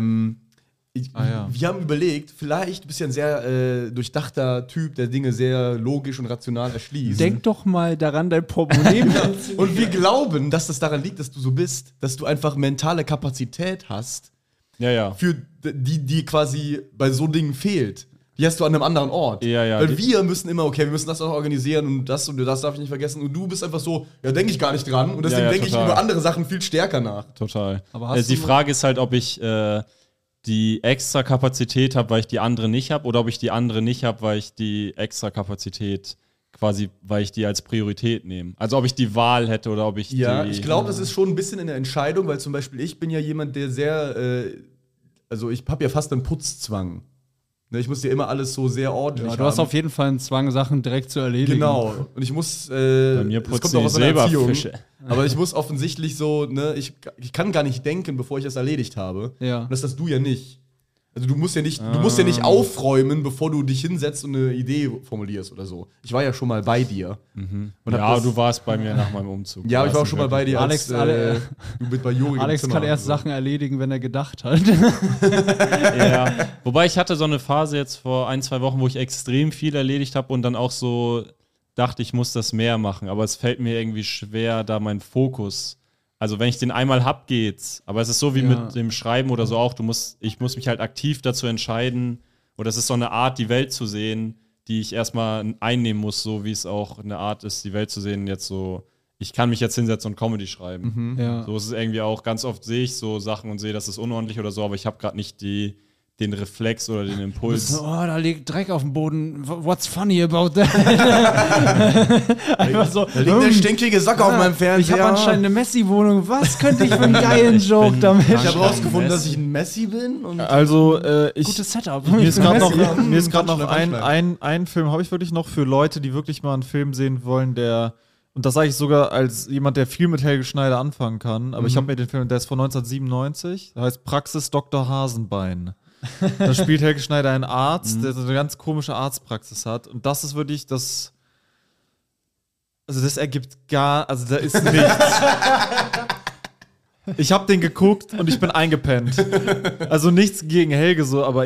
wir haben überlegt, vielleicht bist du ja ein sehr durchdachter Typ, der Dinge sehr logisch und rational erschließt. Denk doch mal daran, dein Portemonnaie mitzunehmen. Und wir glauben, dass das daran liegt, dass du so bist, dass du einfach mentale Kapazität hast, Ja. für die quasi bei so Dingen fehlt. Die hast du an einem anderen Ort. Ja. Weil wir müssen immer, okay, wir müssen das auch organisieren und das darf ich nicht vergessen. Und du bist einfach so, ja, denke ich gar nicht dran. Und deswegen Ja, denke ich total. über andere Sachen viel stärker nach. Total. Aber hast Die du- Frage ist halt, ob ich die extra Kapazität habe, weil ich die andere nicht habe, oder ob ich die andere nicht habe, weil ich die extra Kapazität quasi, weil ich die als Priorität nehme. Also ob ich die Wahl hätte oder ob ich Ja, die. ich glaube, das ist schon ein bisschen in der Entscheidung, weil zum Beispiel ich bin ja jemand, der sehr, also ich habe ja fast einen Putzzwang. Ne, ich muss ja immer alles so sehr ordentlich Ja, du hast haben. auf jeden Fall einen Zwang, Sachen direkt zu erledigen. Genau. Und ich muss, Bei mir das putzen kommt auch die aus meiner Erziehung, Silberfische. aber ich muss offensichtlich so, ne, ich kann gar nicht denken, bevor ich das erledigt habe. Ja. Und das hast du ja nicht. Also du musst ja nicht aufräumen, bevor du dich hinsetzt und eine Idee formulierst oder so. Ich war ja schon mal bei dir. Und Ja, du warst bei mir nach meinem Umzug. Ja, aber ich war auch schon mal bei dir, Alex, du mit bei Juri Alex im kann Zimmer erst und Sachen erledigen, wenn er gedacht hat. Ja. Wobei ich hatte so eine Phase jetzt vor 1-2 Wochen, wo ich extrem viel erledigt habe und dann auch so dachte, ich muss das mehr machen. Aber es fällt mir irgendwie schwer, da mein Fokus. Also wenn ich den einmal hab, geht's. Aber es ist so wie mit dem Schreiben oder so auch. Ich muss mich halt aktiv dazu entscheiden. Oder es ist so eine Art, die Welt zu sehen, die ich erstmal einnehmen muss, so wie es auch eine Art ist, die Welt zu sehen. Jetzt so, ich kann mich jetzt hinsetzen und Comedy schreiben. Ja. So ist es irgendwie auch. Ganz oft sehe ich so Sachen und sehe, das ist unordentlich oder so, aber ich habe gerade nicht den Reflex oder den Impuls. Oh, da liegt Dreck auf dem Boden. What's funny about that? Einfach so. Da liegt der stinkige Sack auf meinem Ich Fernseher. habe anscheinend eine Messi-Wohnung. Was könnte ich für einen geilen Joke damit? Ich habe rausgefunden, dass ich ein Messi bin. Und Also, Gutes Setup. mir ist gerade noch, Messi. mir ist grad noch Punchline. ein Film, habe ich wirklich noch für Leute, die wirklich mal einen Film sehen wollen, der, und das sage ich sogar als jemand, der viel mit Helge Schneider anfangen kann, aber ich habe mir den Film, der ist von 1997, der heißt Praxis Dr. Hasenbein. Da spielt Helge Schneider einen Arzt, der so eine ganz komische Arztpraxis hat. Und das ist wirklich das. Also, das ergibt also, da ist nichts. Ich habe den geguckt und ich bin eingepennt. Also nichts gegen Helge so, aber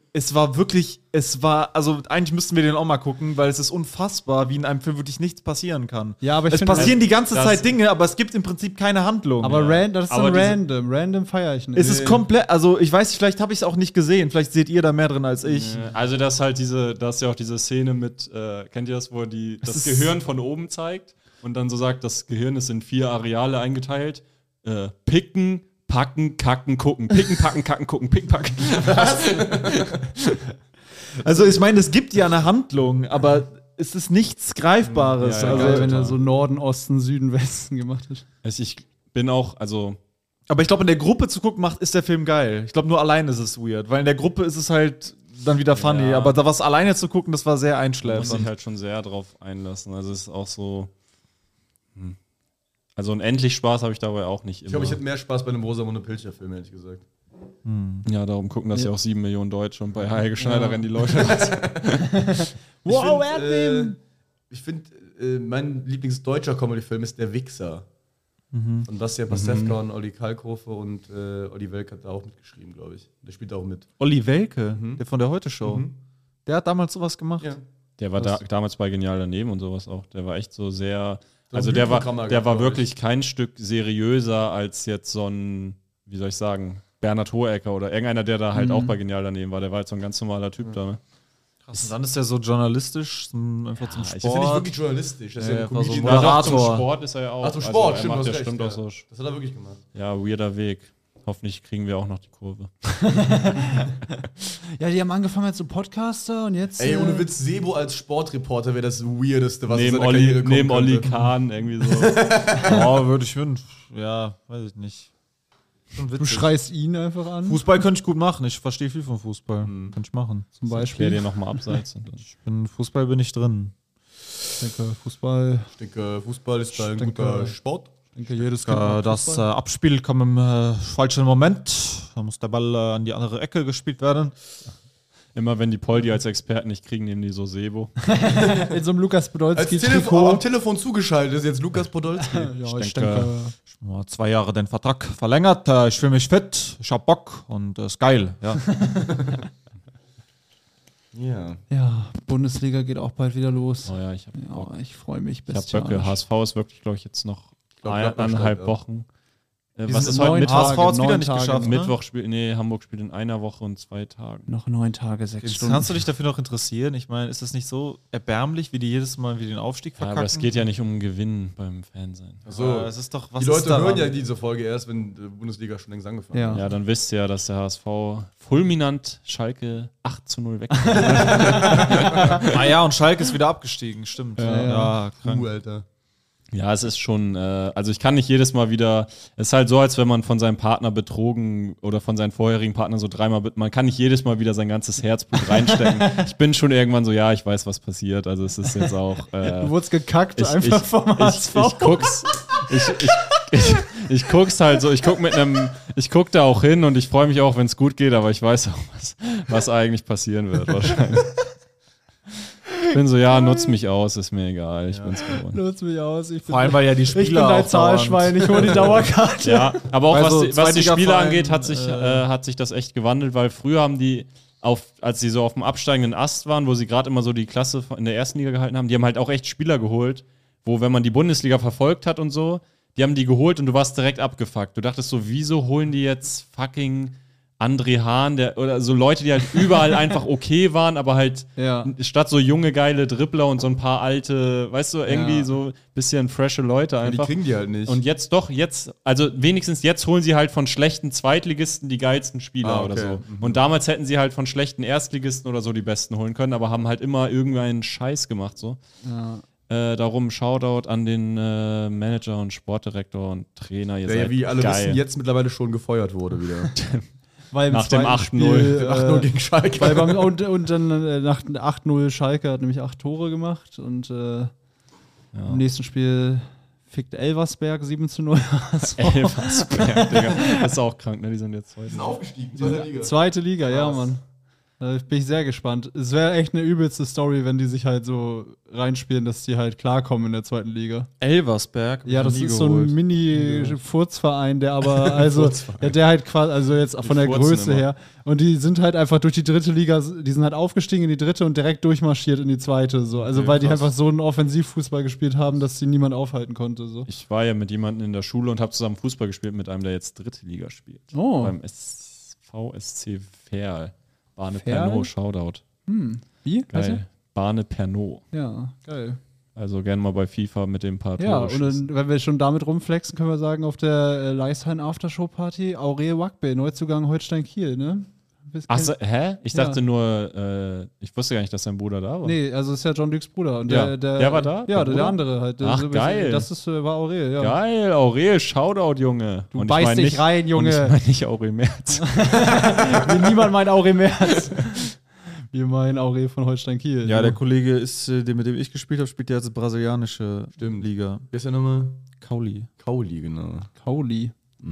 also eigentlich müssten wir den auch mal gucken, weil es ist unfassbar, wie in einem Film wirklich nichts passieren kann. Ja, aber ich es finde, passieren die ganze Zeit Dinge, aber es gibt im Prinzip keine Handlung. Aber das ist Aber dann random. Random feiere ich nicht. es ist komplett, also ich weiß nicht, vielleicht habe ich es auch nicht gesehen, vielleicht seht ihr da mehr drin als ich. Also das ist halt da ist ja auch diese Szene mit, kennt ihr das, wo er das Gehirn von oben zeigt und dann so sagt, das Gehirn ist in 4 Areale eingeteilt. Picken, packen, kacken, gucken. Picken, packen, kacken, gucken. Picken, packen. Also ich meine, es gibt ja eine Handlung, aber es ist nichts Greifbares. Ja, ja, also, geil, wenn er so Norden, Osten, Süden, Westen gemacht hat. Also ich bin auch, also aber ich glaube, in der Gruppe zu gucken, ist der Film geil. Ich glaube, nur alleine ist es weird, weil in der Gruppe ist es halt dann wieder funny. Ja. Aber da was alleine zu gucken, das war sehr muss einschläfernd. ich halt schon sehr drauf einlassen. Also es ist auch so. Also unendlich Spaß habe ich dabei auch nicht immer. ich glaube, ich hätte mehr Spaß bei einem Rosamunde Pilcher-Film, ehrlich gesagt. Ja, darum gucken das ja auch 7 Millionen Deutsche und bei Helge Schneider rennen die Leute Wow, Ich finde, mein Lieblingsdeutscher Comedy-Film ist Der Wichser. Von Bastian Pastewka und Olli Kalkofe und Olli Welk hat da auch mitgeschrieben, glaube ich. Der spielt auch mit. Olli Welke, der von der Heute-Show. Der hat damals sowas gemacht. Ja. Der war damals bei Genial daneben und sowas auch. Der war echt so sehr. So Also ein der Bühnenprogramm war glaub wirklich kein Stück seriöser als jetzt so ein, wie soll ich sagen, Bernhard Hohecker oder irgendeiner, der da halt auch bei Genial daneben war. Der war halt so ein ganz normaler Typ da. Ne? Krass, und dann ist er so journalistisch, einfach zum Das ist ja nicht Sport. wirklich journalistisch. Das ist ja ein war so Comedian. Moderator. Zum Sport ist er ja auch. Ach, zum Sport, er stimmt, macht du ja hast recht, stimmt ja. auch so. Das hat er wirklich gemacht. Ja, weirder Weg. Hoffentlich kriegen wir auch noch die Kurve. Ja, die haben angefangen als so Podcaster und jetzt. Ey, ohne Witz, Sebo als Sportreporter wäre das Weirdeste, was Neben in seiner Karriere kommen neben Olli könnte. Kahn irgendwie so. Oh, würde ich finden. Ja, weiß ich nicht. Schon Du witzig. schreist ihn einfach an. Fußball könnte ich gut machen. Ich verstehe viel von Fußball. Könnte ich machen. Zum Klär Beispiel. dir nochmal abseits. Und dann. Fußball bin ich drin. Ich denke, Fußball. Ich denke, Fußball ist ein denke- guter Sport. Ich denke, jedes Kind mag Das Fußball. Abspiel kam im falschen Moment. Da muss der Ball an die andere Ecke gespielt werden. Immer wenn die Poldi als Experten nicht kriegen, nehmen die so Sebo. In so einem Lukas Als Podolski am Telefon zugeschaltet ist jetzt Lukas Podolski. Ja, ich denke, denke. Ja, 2 Jahre den Vertrag verlängert. Ich fühle mich fit. Ich hab Bock und ist geil. Ja. Ja. Ja, Bundesliga geht auch bald wieder los. Oh ja, ich habe Ja, ich freue mich. Ich habe Böcke. HSV ist wirklich, glaube ich, jetzt noch Gladbach eineinhalb steigt ab. Wochen. Die Was sind ist heute 9 Mittwoch? HSV hat's wieder 9 nicht Tage, geschafft, ne? Mittwoch spielt, Hamburg spielt in einer Woche und 2 Tagen. Noch 9 Tage, 6 Jetzt Stunden. kannst du dich dafür noch interessieren? Ich meine, ist das nicht so erbärmlich, wie die jedes Mal wie den Aufstieg Ja, verkacken? aber es geht ja nicht um Gewinn beim Fernsehen. So, Es ist doch, was die ist Leute daran? hören ja diese Folge erst, wenn die Bundesliga schon längst angefangen Ja. hat. Ja, dann wisst ihr ja, dass der HSV fulminant Schalke 8:0 weg. Ah ja, und Schalke ist wieder abgestiegen, stimmt. Ja, krank. Alter. Ja, es ist schon, also ich kann nicht jedes Mal wieder, es ist halt so, als wenn man von seinem Partner betrogen oder von seinen vorherigen Partnern so 3-mal, man kann nicht jedes Mal wieder sein ganzes Herzblut reinstecken. Ich bin schon irgendwann so, ja, ich weiß, was passiert, also es ist jetzt auch. Du wurdest gekackt ich einfach vom HSV. Ich guck's. ich guck's halt so, ich guck da auch hin und ich freue mich auch, wenn es gut geht, aber ich weiß auch, was eigentlich passieren wird wahrscheinlich. Ich bin so, ja, nutz mich aus, ist mir egal, ich bin's gewohnt. Nutz mich aus. Vor allem, weil ja die Spieler Ich bin dein Zahlschwein, ich hole die Dauerkarte. Ja, aber auch Bei was so die Spieler Zweitligavereinen, angeht, hat sich das echt gewandelt, weil früher haben die, als sie so auf dem absteigenden Ast waren, wo sie gerade immer so die Klasse in der ersten Liga gehalten haben, die haben halt auch echt Spieler geholt, wo, wenn man die Bundesliga verfolgt hat und so, die haben die geholt und du warst direkt abgefuckt. Du dachtest so, wieso holen die jetzt fucking André Hahn, oder so Leute, die halt überall einfach okay waren, aber halt statt so junge, geile Dribbler und so ein paar alte, weißt du, irgendwie so ein bisschen frische Leute einfach. Die kriegen die halt nicht. Und jetzt, also wenigstens jetzt holen sie halt von schlechten Zweitligisten die geilsten Spieler oder so. Und damals hätten sie halt von schlechten Erstligisten oder so die besten holen können, aber haben halt immer irgendeinen Scheiß gemacht, so. Ja. Darum Shoutout an den Manager und Sportdirektor und Trainer. Ihr seid ja, wie alle geil. wissen, jetzt mittlerweile schon gefeuert wurde wieder. Weil Nach dem 8-0. 8-0 gegen Schalke. Weil und dann nach 8-0 Schalke hat nämlich 8 Tore gemacht und im nächsten Spiel fickt Elversberg 7-0. Elversberg, Digga. Das ist auch krank, ne? Die sind jetzt Die sind aufgestiegen, zweite Liga. Zweite Liga, ja, Mann. Da bin ich sehr gespannt. Es wäre echt eine übelste Story, wenn die sich halt so reinspielen, dass die halt klarkommen in der zweiten Liga. Elversberg. Ja, das ist so ein Mini-Furzverein, der aber, also, der halt quasi, also jetzt von der Größe her. Und die sind halt einfach durch die dritte Liga, die sind halt aufgestiegen in die dritte und direkt durchmarschiert in die zweite. So. Also, weil die einfach so einen Offensivfußball gespielt haben, dass sie niemand aufhalten konnte. So. Ich war ja mit jemandem in der Schule und habe zusammen Fußball gespielt mit einem, der jetzt dritte Liga spielt. Oh. Beim VSC Verl. Bane Pernod, Shoutout. Wie? Geil. Bane Pernod. Ja, geil. Also gerne mal bei FIFA mit dem paar Tore Ja, und schießen. dann, wenn wir schon damit rumflexen, können wir sagen, auf der Leisheim Aftershow-Party, Aurel Wakbe, Neuzugang Holstein Kiel, ne? Ach so, hä? Ich dachte nur, ich wusste gar nicht, dass sein Bruder da war. Nee, also ist ja John Dukes Bruder. Und Ja. Der war da? Ja, Der der Bruder? andere halt. Ach, geil. Das war Aurel, ja. Geil, Aurel, Shoutout, Junge. Du beißt dich rein, Junge. Und ich meine nicht Aurel Merz. Wie niemand meint Aurel Merz. Wir meinen Aurel von Holstein Kiel. Ja, der Kollege ist, mit dem ich gespielt habe, spielt ja jetzt brasilianische Liga. Wer ist der Name? Kauli. Kauli, genau. Kauli.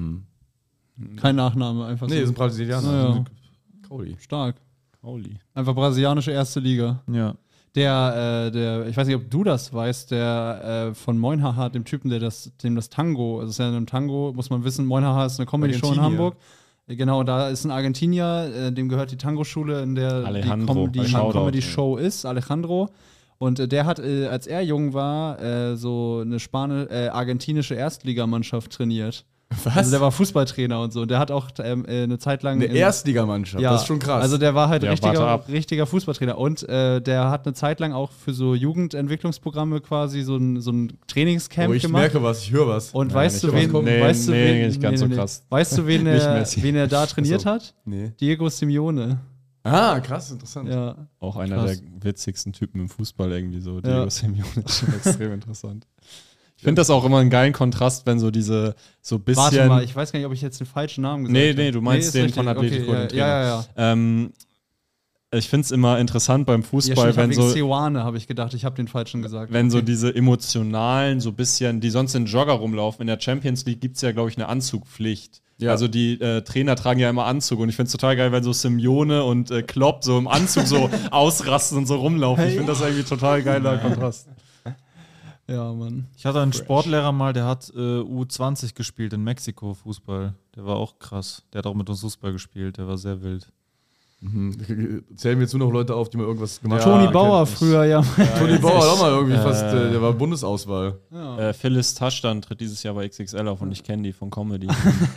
Kein Nachname, einfach Nee, so. das sind Brasilianer. Ja. Kauli. Stark. Kauli. Einfach brasilianische erste Liga. Ja. Der, ich weiß nicht, ob du das weißt, der von Moinhaha, dem Typen, dem das Tango, also es ist ja in einem Tango, muss man wissen, Moinhaha ist eine Comedy-Show in Argentinier. Hamburg. Genau, da ist ein Argentinier, dem gehört die Tango-Schule, in der Alejandro, die Comedy-Show ist, Alejandro. Und der hat, als er jung war, so eine argentinische Erstligamannschaft trainiert. Was? Also der war Fußballtrainer und so. Und der hat auch eine Zeit lang Eine Erstligamannschaft, ja, das ist schon krass. Also der war halt Ja, warte ab. richtiger Fußballtrainer. Und der hat eine Zeit lang auch für so Jugendentwicklungsprogramme quasi so ein Trainingscamp ich gemacht. merke was, ich höre was. Und Nee, weißt du, nicht wen, nee, weißt du, nee, wen, nicht ganz so krass. Weißt du, wen Nicht Messi. er da trainiert hat? Nee. Diego Simeone. Ah, krass, interessant. Ja. Auch einer Krass. der witzigsten Typen im Fußball irgendwie so. Ja. Diego Simeone ist schon extrem interessant. Ich finde das auch immer einen geilen Kontrast, wenn so diese so bisschen. Warte mal, ich weiß gar nicht, ob ich jetzt den falschen Namen gesagt habe. Nee, du meinst ist den richtig. von Atletico, Okay, den Trainer. ja. Ich finde es immer interessant beim Ja, Fußball, stimmt, wenn wegen so, Seoane habe ich gedacht, ich habe den falschen gesagt. wenn so diese emotionalen, so bisschen, die sonst in Jogger rumlaufen. In der Champions League gibt es ja, glaube ich, eine Anzugpflicht. Ja. Also die Trainer tragen ja immer Anzug und ich finde es total geil, wenn so Simeone und Klopp so im Anzug so ausrasten und so rumlaufen. Ich finde das irgendwie total geiler Kontrast. Ja, Mann. Ich hatte einen Sportlehrer mal, der hat U20 gespielt in Mexiko, Fußball. Der war auch krass. Der hat auch mit uns Fußball gespielt. Der war sehr wild. Zählen wir jetzt nur noch Leute auf, die mal irgendwas gemacht Toni haben. Bauer früher, ja. Toni Bauer hat auch mal irgendwie fast, der war Bundesauswahl. Phyllis Taschdan tritt dieses Jahr bei XXL auf und ich kenne die von Comedy.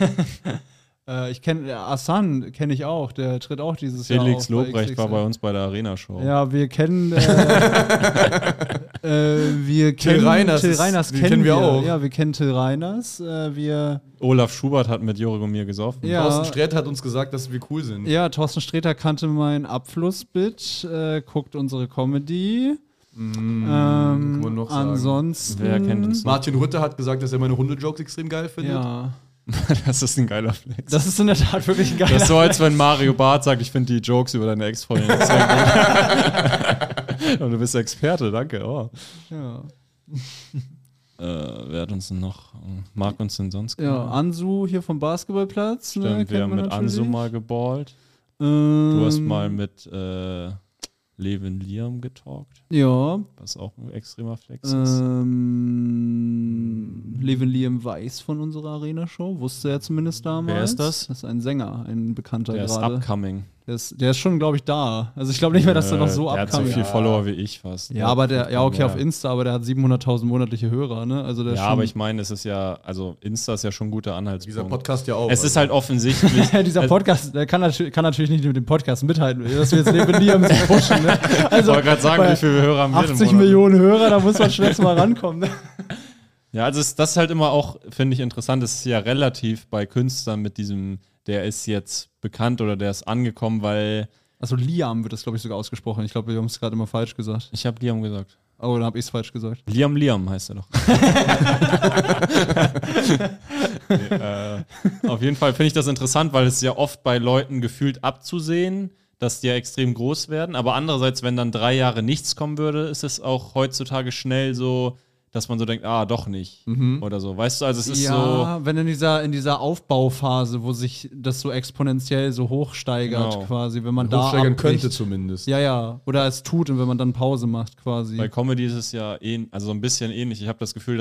Ich kenne Assan, kenne ich auch, der tritt auch dieses Jahr auf. Felix bei Lobrecht XXL. war bei uns bei der Arena-Show. Ja, wir kennen Till Reiners Till ist- Reiners den kennen wir auch. Ja, wir kennen Till Reiners. Wir Olaf Schubert hat mit Jorg und mir gesoffen. Ja. Thorsten Sträter hat uns gesagt, dass wir cool sind. Ja, Thorsten Sträter kannte mein Abflussbit, guckt unsere Comedy. kann man noch sagen. Ansonsten. Wer kennt uns noch? Martin Rütter hat gesagt, dass er meine Hundejokes extrem geil findet. Ja. Das ist ein geiler Flex. Das ist in der Tat wirklich ein geiler. Das ist so, als wenn Mario Barth sagt, ich finde die Jokes über deine Ex-Freundin extrem gut. Und du bist Experte, danke. Oh. Ja. Wer hat uns denn noch? Mag uns denn sonst Ja, keiner? Ansu hier vom Basketballplatz. Stimmt, ne, wir kennt haben man mit Ansu natürlich. mal geballt. Du hast mal Ähm, mit Levin Liam getalkt, Ja. was auch ein extremer Flex ist. Levin Liam weiß von unserer Arena-Show, wusste er zumindest damals. Wer ist das? Das ist ein Sänger, ein Bekannter Der ist gerade. upcoming. Der ist schon, glaube ich, da. Also ich glaube nicht mehr, dass der noch so Der hat so upcoming viel Follower wie ich fast. Ja, aber okay, Ja. auf Insta, aber der hat 700.000 monatliche Hörer, ne? Also der ist Ja, schon aber ich meine, es ist ja, also Insta ist ja schon ein guter Anhaltspunkt. Dieser Podcast ja auch. Es ist halt offensichtlich. dieser Podcast, der kann natürlich nicht mit dem Podcast mithalten, dass wir jetzt Levin Liam so pushen, ne? Also Ich wollte gerade sagen, bei wie viele Hörer haben wir denn im 80 Monat? Millionen Hörer, da muss man schnell mal rankommen, ne? Ja, also das ist halt immer auch, finde ich, interessant. Es ist ja relativ bei Künstlern mit diesem, der ist jetzt bekannt oder der ist angekommen, weil Also Liam wird das, glaube ich, sogar ausgesprochen. Ich glaube, wir haben es gerade immer falsch gesagt. ich habe Liam gesagt. Oh, dann habe ich es falsch gesagt. Liam heißt er doch. Auf jeden Fall finde ich das interessant, weil es ja oft bei Leuten gefühlt abzusehen, dass die ja extrem groß werden. Aber andererseits, wenn dann 3 Jahre nichts kommen würde, ist es auch heutzutage schnell so, dass man so denkt, doch nicht. Oder so. Weißt du, also es ist so. Ja, wenn in dieser Aufbauphase, wo sich das so exponentiell so hochsteigert, Genau. quasi, wenn man da hochsteigern abbricht. könnte zumindest. Ja. Oder es tut und wenn man dann Pause macht, quasi. Bei Comedy ist es ja also so ein bisschen ähnlich. Ich habe das Gefühl,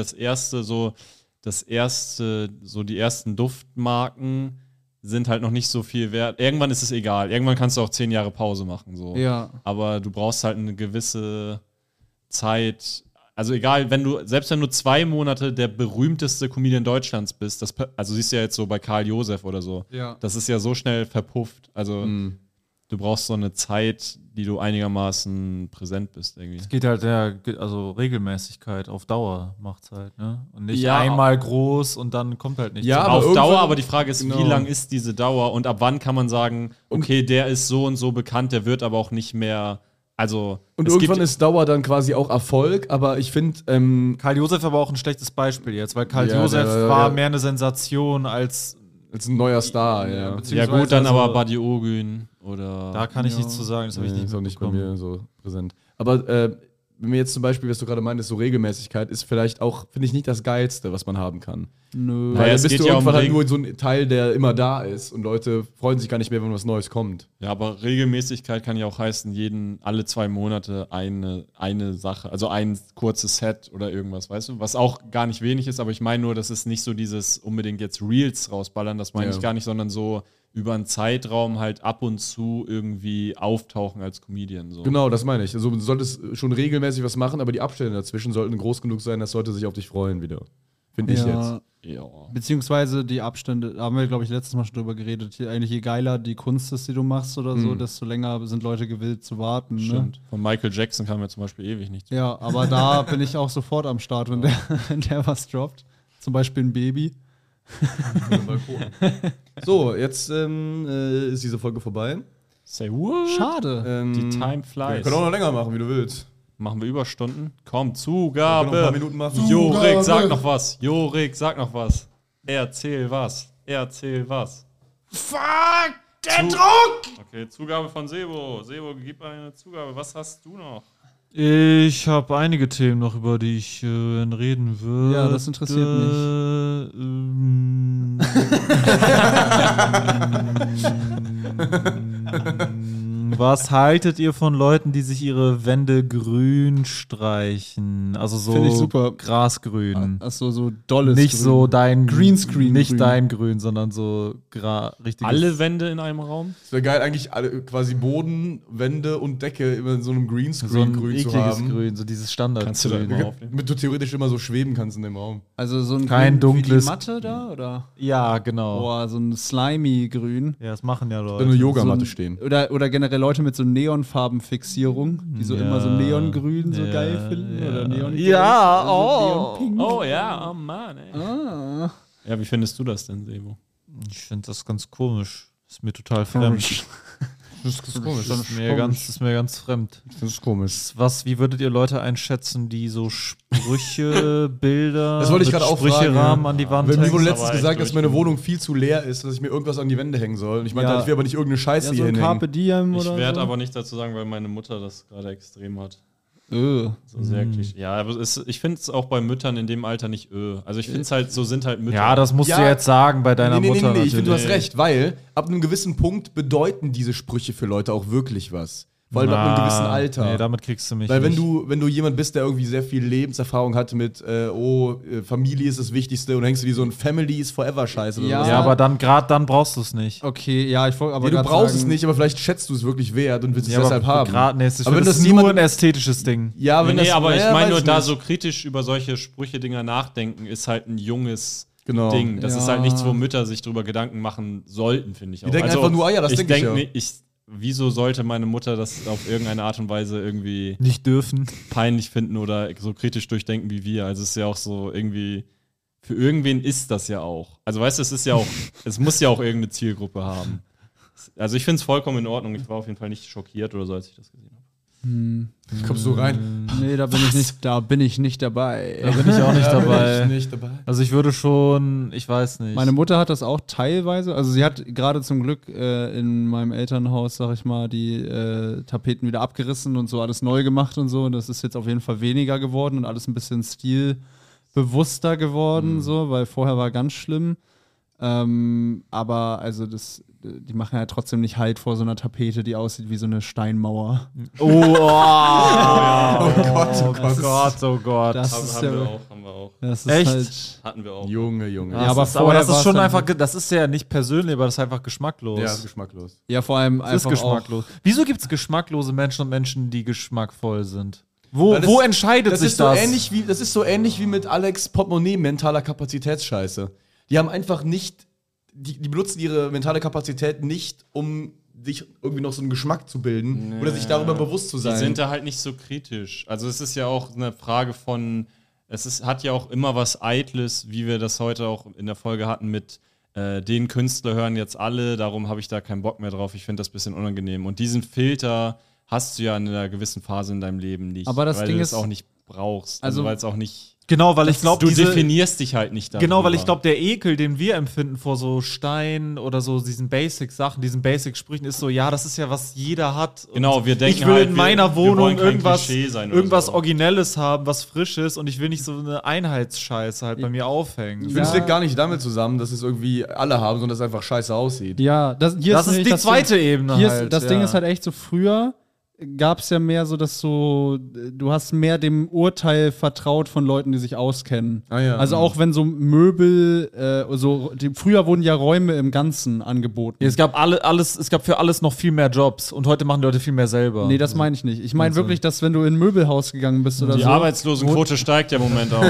die ersten Duftmarken sind halt noch nicht so viel wert. Irgendwann ist es egal. Irgendwann kannst du auch 10 Jahre Pause machen. So. Ja. Aber du brauchst halt eine gewisse Zeit. Also egal, selbst wenn du 2 Monate der berühmteste Comedian Deutschlands bist, also siehst du ja jetzt so bei Karl Josef oder so, Ja. das ist ja so schnell verpufft. Also du brauchst so eine Zeit, die du einigermaßen präsent bist irgendwie. Es geht halt also Regelmäßigkeit auf Dauer macht's halt, ne? Und nicht Ja. einmal groß und dann kommt halt nichts. Ja, So. aber Auf irgendwann- Dauer, aber die Frage ist, Genau. wie lang ist diese Dauer und ab wann kann man sagen, okay, der ist so und so bekannt, der wird aber auch nicht mehr, also Und es irgendwann gibt, ist Dauer dann quasi auch Erfolg, aber ich finde, Karl Josef aber auch ein schlechtes Beispiel jetzt, weil Karl Ja, Josef der- war ja. mehr eine Sensation als als ein neuer Star, ja. ja beziehungsweise gut, dann also- aber Badi Ogün oder da kann ich nichts zu sagen, das habe ich Nee, nicht ist auch nicht bei mitbekommen. mir so präsent. Aber wenn wir jetzt zum Beispiel, was du gerade meintest, so Regelmäßigkeit, ist vielleicht auch, finde ich, nicht das Geilste, was man haben kann. Nö. Naja, Weil es dann bist geht du ja um irgendwann halt Reg- nur so ein Teil, der immer da ist und Leute freuen sich gar nicht mehr, wenn was Neues kommt. ja, aber Regelmäßigkeit kann ja auch heißen, alle 2 Monate eine Sache, also ein kurzes Set oder irgendwas, weißt du? Was auch gar nicht wenig ist, aber ich meine nur, das ist nicht so dieses unbedingt jetzt Reels rausballern, das meine Ja. ich gar nicht, sondern so über einen Zeitraum halt ab und zu irgendwie auftauchen als Comedian. So. Genau, das meine ich. Also du solltest schon regelmäßig was machen, aber die Abstände dazwischen sollten groß genug sein, dass Leute sich auf dich freuen wieder. Finde ich jetzt. Ja. Beziehungsweise die Abstände, da haben wir, glaube ich, letztes Mal schon drüber geredet. Je geiler die Kunst ist, die du machst oder so, desto länger sind Leute gewillt zu warten. Ne? Stimmt. Von Michael Jackson kam ja zum Beispiel ewig nichts. Ja, aber da bin ich auch sofort am Start, wenn der was droppt. Zum Beispiel ein Baby. So, jetzt ist diese Folge vorbei. Say what? Schade. Die Time Wir flies. können auch noch länger machen, wie du willst. Machen wir Überstunden? Komm, Wir können noch ein Zugabe. paar Minuten machen. Jorik, sag noch was. Jorik, sag noch was. Erzähl was. Erzähl was. Fuck! Der Druck! Okay, Zugabe von Sebo. Sebo, gib eine Zugabe. Was hast du noch? Ich habe einige Themen noch, über die ich reden würde. Ja, das interessiert Was haltet ihr von Leuten, die sich ihre Wände grün streichen? Also so Finde ich super. grasgrün. Achso, so dolles Nicht Grün. so dein Greenscreen Nicht grün. dein Grün, sondern so richtiges. Alle Wände in einem Raum? Es wäre geil, eigentlich alle, quasi Boden, Wände und Decke immer in so einem so ein Greenscreen-Grün zu ekliges haben. Grün, so dieses Standard. Kannst du da immer aufnehmen? Damit du theoretisch immer so schweben kannst in dem Raum. Also so ein Kein Grün wie die dunkles- Matte da, oder? Ja, genau. Boah, so ein slimy Grün. Ja, das machen ja Da Leute. eine Yogamatte So stehen. Oder generell Leute mit so Neonfarbenfixierung, die so Ja. immer so Neongrün so Ja, geil finden. ja. Oder Neon Ja, also oh. Neonpink. Oh ja, oh Mann, ey. Ah. Ja, wie findest du das denn, Sebo? Ich finde das ganz komisch. Ist mir total fremd. Das ist komisch. Das ist mir ganz fremd. Das ist komisch. Wie würdet ihr Leute einschätzen, die so Sprüche, Bilder, Das wollte ich mit gerade auch Sprücherahmen fragen. an die Wand Mir wurde hängen? letztens aber gesagt, echt dass meine durch. Wohnung viel zu leer ist, dass ich mir irgendwas an die Wände hängen soll. Und ich meinte, Ja. halt, ich will aber nicht irgendeine Scheiße Ja, so hier ein hinhängen. Carpe Diem Ich oder werde so. aber nicht dazu sagen, weil meine Mutter das gerade extrem hat. So sehr klischee. Ja, aber ich finde es auch bei Müttern in dem Alter nicht Also ich finde es halt, so sind halt Mütter. Ja, das musst du jetzt sagen bei deiner Mutter. Nee, ich finde, du hast natürlich. recht, weil ab einem gewissen Punkt bedeuten diese Sprüche für Leute auch wirklich was. Vor allem ab einem gewissen Alter. Nee, damit kriegst du mich Weil wenn nicht. du jemand bist, der irgendwie sehr viel Lebenserfahrung hat mit Familie ist das Wichtigste und hängst du dir so ein Family is forever Scheiße oder Ja. sowas. Ja, aber dann brauchst du es nicht. Okay, ja, ich wollte aber Nee, du grad brauchst sagen, es nicht, aber vielleicht schätzt du es wirklich wert und willst es Ja, deshalb haben. Grad, nee, aber wenn das das ist nur jemand ein ästhetisches Ding. ja, wenn Nee, das, aber ich naja, meine weiß nur, da nicht. so kritisch über solche Sprüche-Dinger nachdenken, ist halt ein junges Genau. Ding. Das Ja. ist halt nichts, wo Mütter sich drüber Gedanken machen sollten, finde ich auch. Die denken einfach nur, ja, das ich denke ich denk ja. nicht, wieso sollte meine Mutter das auf irgendeine Art und Weise irgendwie Nicht dürfen. peinlich finden oder so kritisch durchdenken wie wir? Also es ist ja auch so irgendwie, für irgendwen ist das ja auch. Also weißt du, es ist ja auch, es muss ja auch irgendeine Zielgruppe haben. Also ich finde es vollkommen in Ordnung. Ich war auf jeden Fall nicht schockiert oder so, als ich das gesehen habe. Kommst du rein? Nee, da bin ich nicht dabei. Da bin ich auch nicht dabei. bin ich nicht dabei. Also ich würde schon, ich weiß nicht. Meine Mutter hat das auch teilweise. Also sie hat gerade zum Glück in meinem Elternhaus, sag ich mal, die Tapeten wieder abgerissen und so alles neu gemacht und so. Und das ist jetzt auf jeden Fall weniger geworden und alles ein bisschen stilbewusster geworden, so, weil vorher war ganz schlimm. Aber also die machen ja trotzdem nicht Halt vor so einer Tapete, die aussieht wie so eine Steinmauer. Oh Gott. Das Haben, ist haben, ja, wir auch, haben wir auch. das ist Echt? halt. Hatten wir auch. Junge. Ja, Ja, aber aber vorher das ist war's schon dann- einfach, das ist ja nicht persönlich, aber das ist einfach geschmacklos. Ja, geschmacklos. Ja, vor allem Das ist einfach geschmacklos. Wieso gibt es geschmacklose Menschen und Menschen, die geschmackvoll sind? Wo Weil das- entscheidet Das sich ist so das? das ist so ähnlich wie mit Alex Portemonnaie mentaler Kapazitätsscheiße. Die haben einfach nicht, die benutzen ihre mentale Kapazität nicht, um sich irgendwie noch so einen Geschmack zu bilden oder sich darüber bewusst zu sein. Die sind da halt nicht so kritisch. Also es ist ja auch eine Frage von, hat ja auch immer was Eitles, wie wir das heute auch in der Folge hatten mit den Künstler hören jetzt alle, darum habe ich da keinen Bock mehr drauf, ich finde das ein bisschen unangenehm. Und diesen Filter hast du ja in einer gewissen Phase in deinem Leben nicht, Aber das weil Ding du ist- das auch nicht brauchst, Also- weil es auch nicht, Genau, weil ich glaube, du definierst dich halt nicht darüber. Genau, weil ich glaube, der Ekel, den wir empfinden vor so Stein oder so diesen Basic-Sachen, diesen Basic-Sprüchen, ist so, ja, das ist ja, was jeder hat. Und Genau, wir denken ich will halt, in meiner wir wollen Wohnung kein irgendwas Klischee sein oder so. Originelles haben, was Frisches und ich will nicht so eine Einheitsscheiße halt bei mir aufhängen. Ich finde, es liegt gar nicht damit zusammen, dass es irgendwie alle haben, sondern dass es einfach scheiße aussieht. Ja, das ist ist nämlich die das zweite Ding. Ebene Hier halt, ist, das ja. Ding ist halt echt so, früher gab es ja mehr so, dass so, du hast mehr dem Urteil vertraut von Leuten, die sich auskennen. Ah, ja. Also auch wenn so Möbel, früher wurden ja Räume im Ganzen angeboten. Es gab für alles noch viel mehr Jobs und heute machen die Leute viel mehr selber. Nee, das meine ich nicht. Ich meine wirklich, dass wenn du in ein Möbelhaus gegangen bist oder die so, Arbeitslosenquote steigt ja im Moment auch.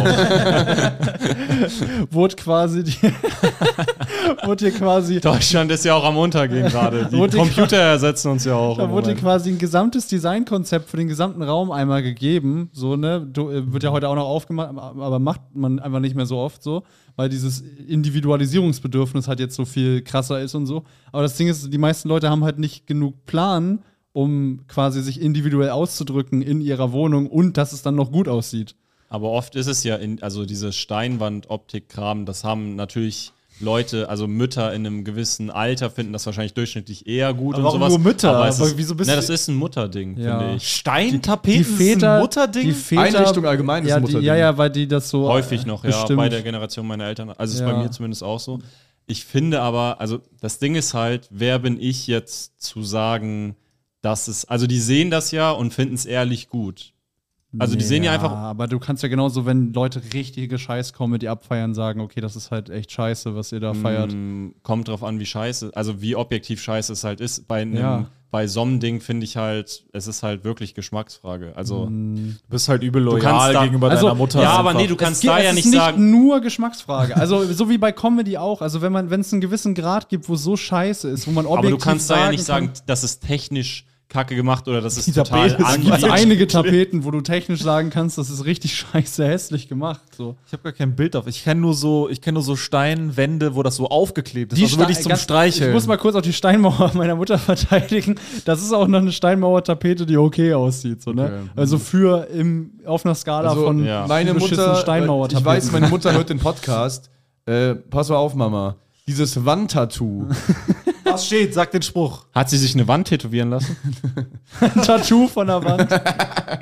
wurde quasi wurde hier quasi Deutschland ist ja auch am Untergehen gerade. Die Wurde Computer ersetzen uns ja auch. Da im wurde Moment. quasi ein gesamtes Designkonzept für den gesamten Raum einmal gegeben. So, ne? Wird ja heute auch noch aufgemacht, aber macht man einfach nicht mehr so oft so, weil dieses Individualisierungsbedürfnis halt jetzt so viel krasser ist und so. Aber das Ding ist, die meisten Leute haben halt nicht genug Plan, um quasi sich individuell auszudrücken in ihrer Wohnung und dass es dann noch gut aussieht. Aber oft ist es ja, also diese Steinwand-Optik-Kram, das haben natürlich Leute, also Mütter in einem gewissen Alter finden das wahrscheinlich durchschnittlich eher gut Aber und warum sowas. nur Mütter? Aber es Aber ist, wieso bist na, du- das ist ein Mutterding, Ja. finde ich. Steintapeten Die Väter, ist ein Mutterding? die Väter, Einrichtung allgemein ist ja, ein Mutterding. Ja, weil die das so Häufig noch, ja, bestimmt. bei der Generation meiner Eltern. Also ist Ja. bei mir zumindest auch so. Ich finde aber, also das Ding ist halt, wer bin ich jetzt zu sagen, dass es, also die sehen das ja und finden es ehrlich gut. Also die sehen ja einfach, Aber du kannst ja genauso, wenn Leute richtige Scheiß-Comedy abfeiern, sagen, okay, das ist halt echt scheiße, was ihr da feiert. kommt drauf an, wie scheiße, also wie objektiv scheiße es halt ist. Ja. Bei so einem Ding finde ich halt, es ist halt wirklich Geschmacksfrage. Also Du bist halt übel kannst loyal da- gegenüber also- deiner Mutter. ja, aber einfach. nee, du kannst Es geht- da ja es nicht ist sagen, nur Geschmacksfrage. Also so wie bei Comedy auch. Also wenn es einen gewissen Grad gibt, wo es so scheiße ist, wo man objektiv aber du kannst da ja nicht kann, sagen, das ist technisch kacke gemacht oder das ist Die total Tapete ist es gibt angenehm. einige Tapeten, wo du technisch sagen kannst, das ist richtig scheiße hässlich gemacht. So. Ich habe gar kein Bild auf. Ich kenne nur so Steinwände, wo das so aufgeklebt ist. Also wirklich zum ganz- Streicheln. Ich muss mal kurz auch die Steinmauer meiner Mutter verteidigen. Das ist auch noch eine Steinmauer-Tapete, die okay aussieht. So, ne? Okay. Also auf einer Skala Also, von ja. meine beschissenen Mutter, Steinmauer-Tapeten. ich weiß, meine Mutter hört den Podcast. Pass mal auf, Mama. Dieses Wandtattoo. Was steht? Sag den Spruch. Hat sie sich eine Wand tätowieren lassen? ein Tattoo von der Wand.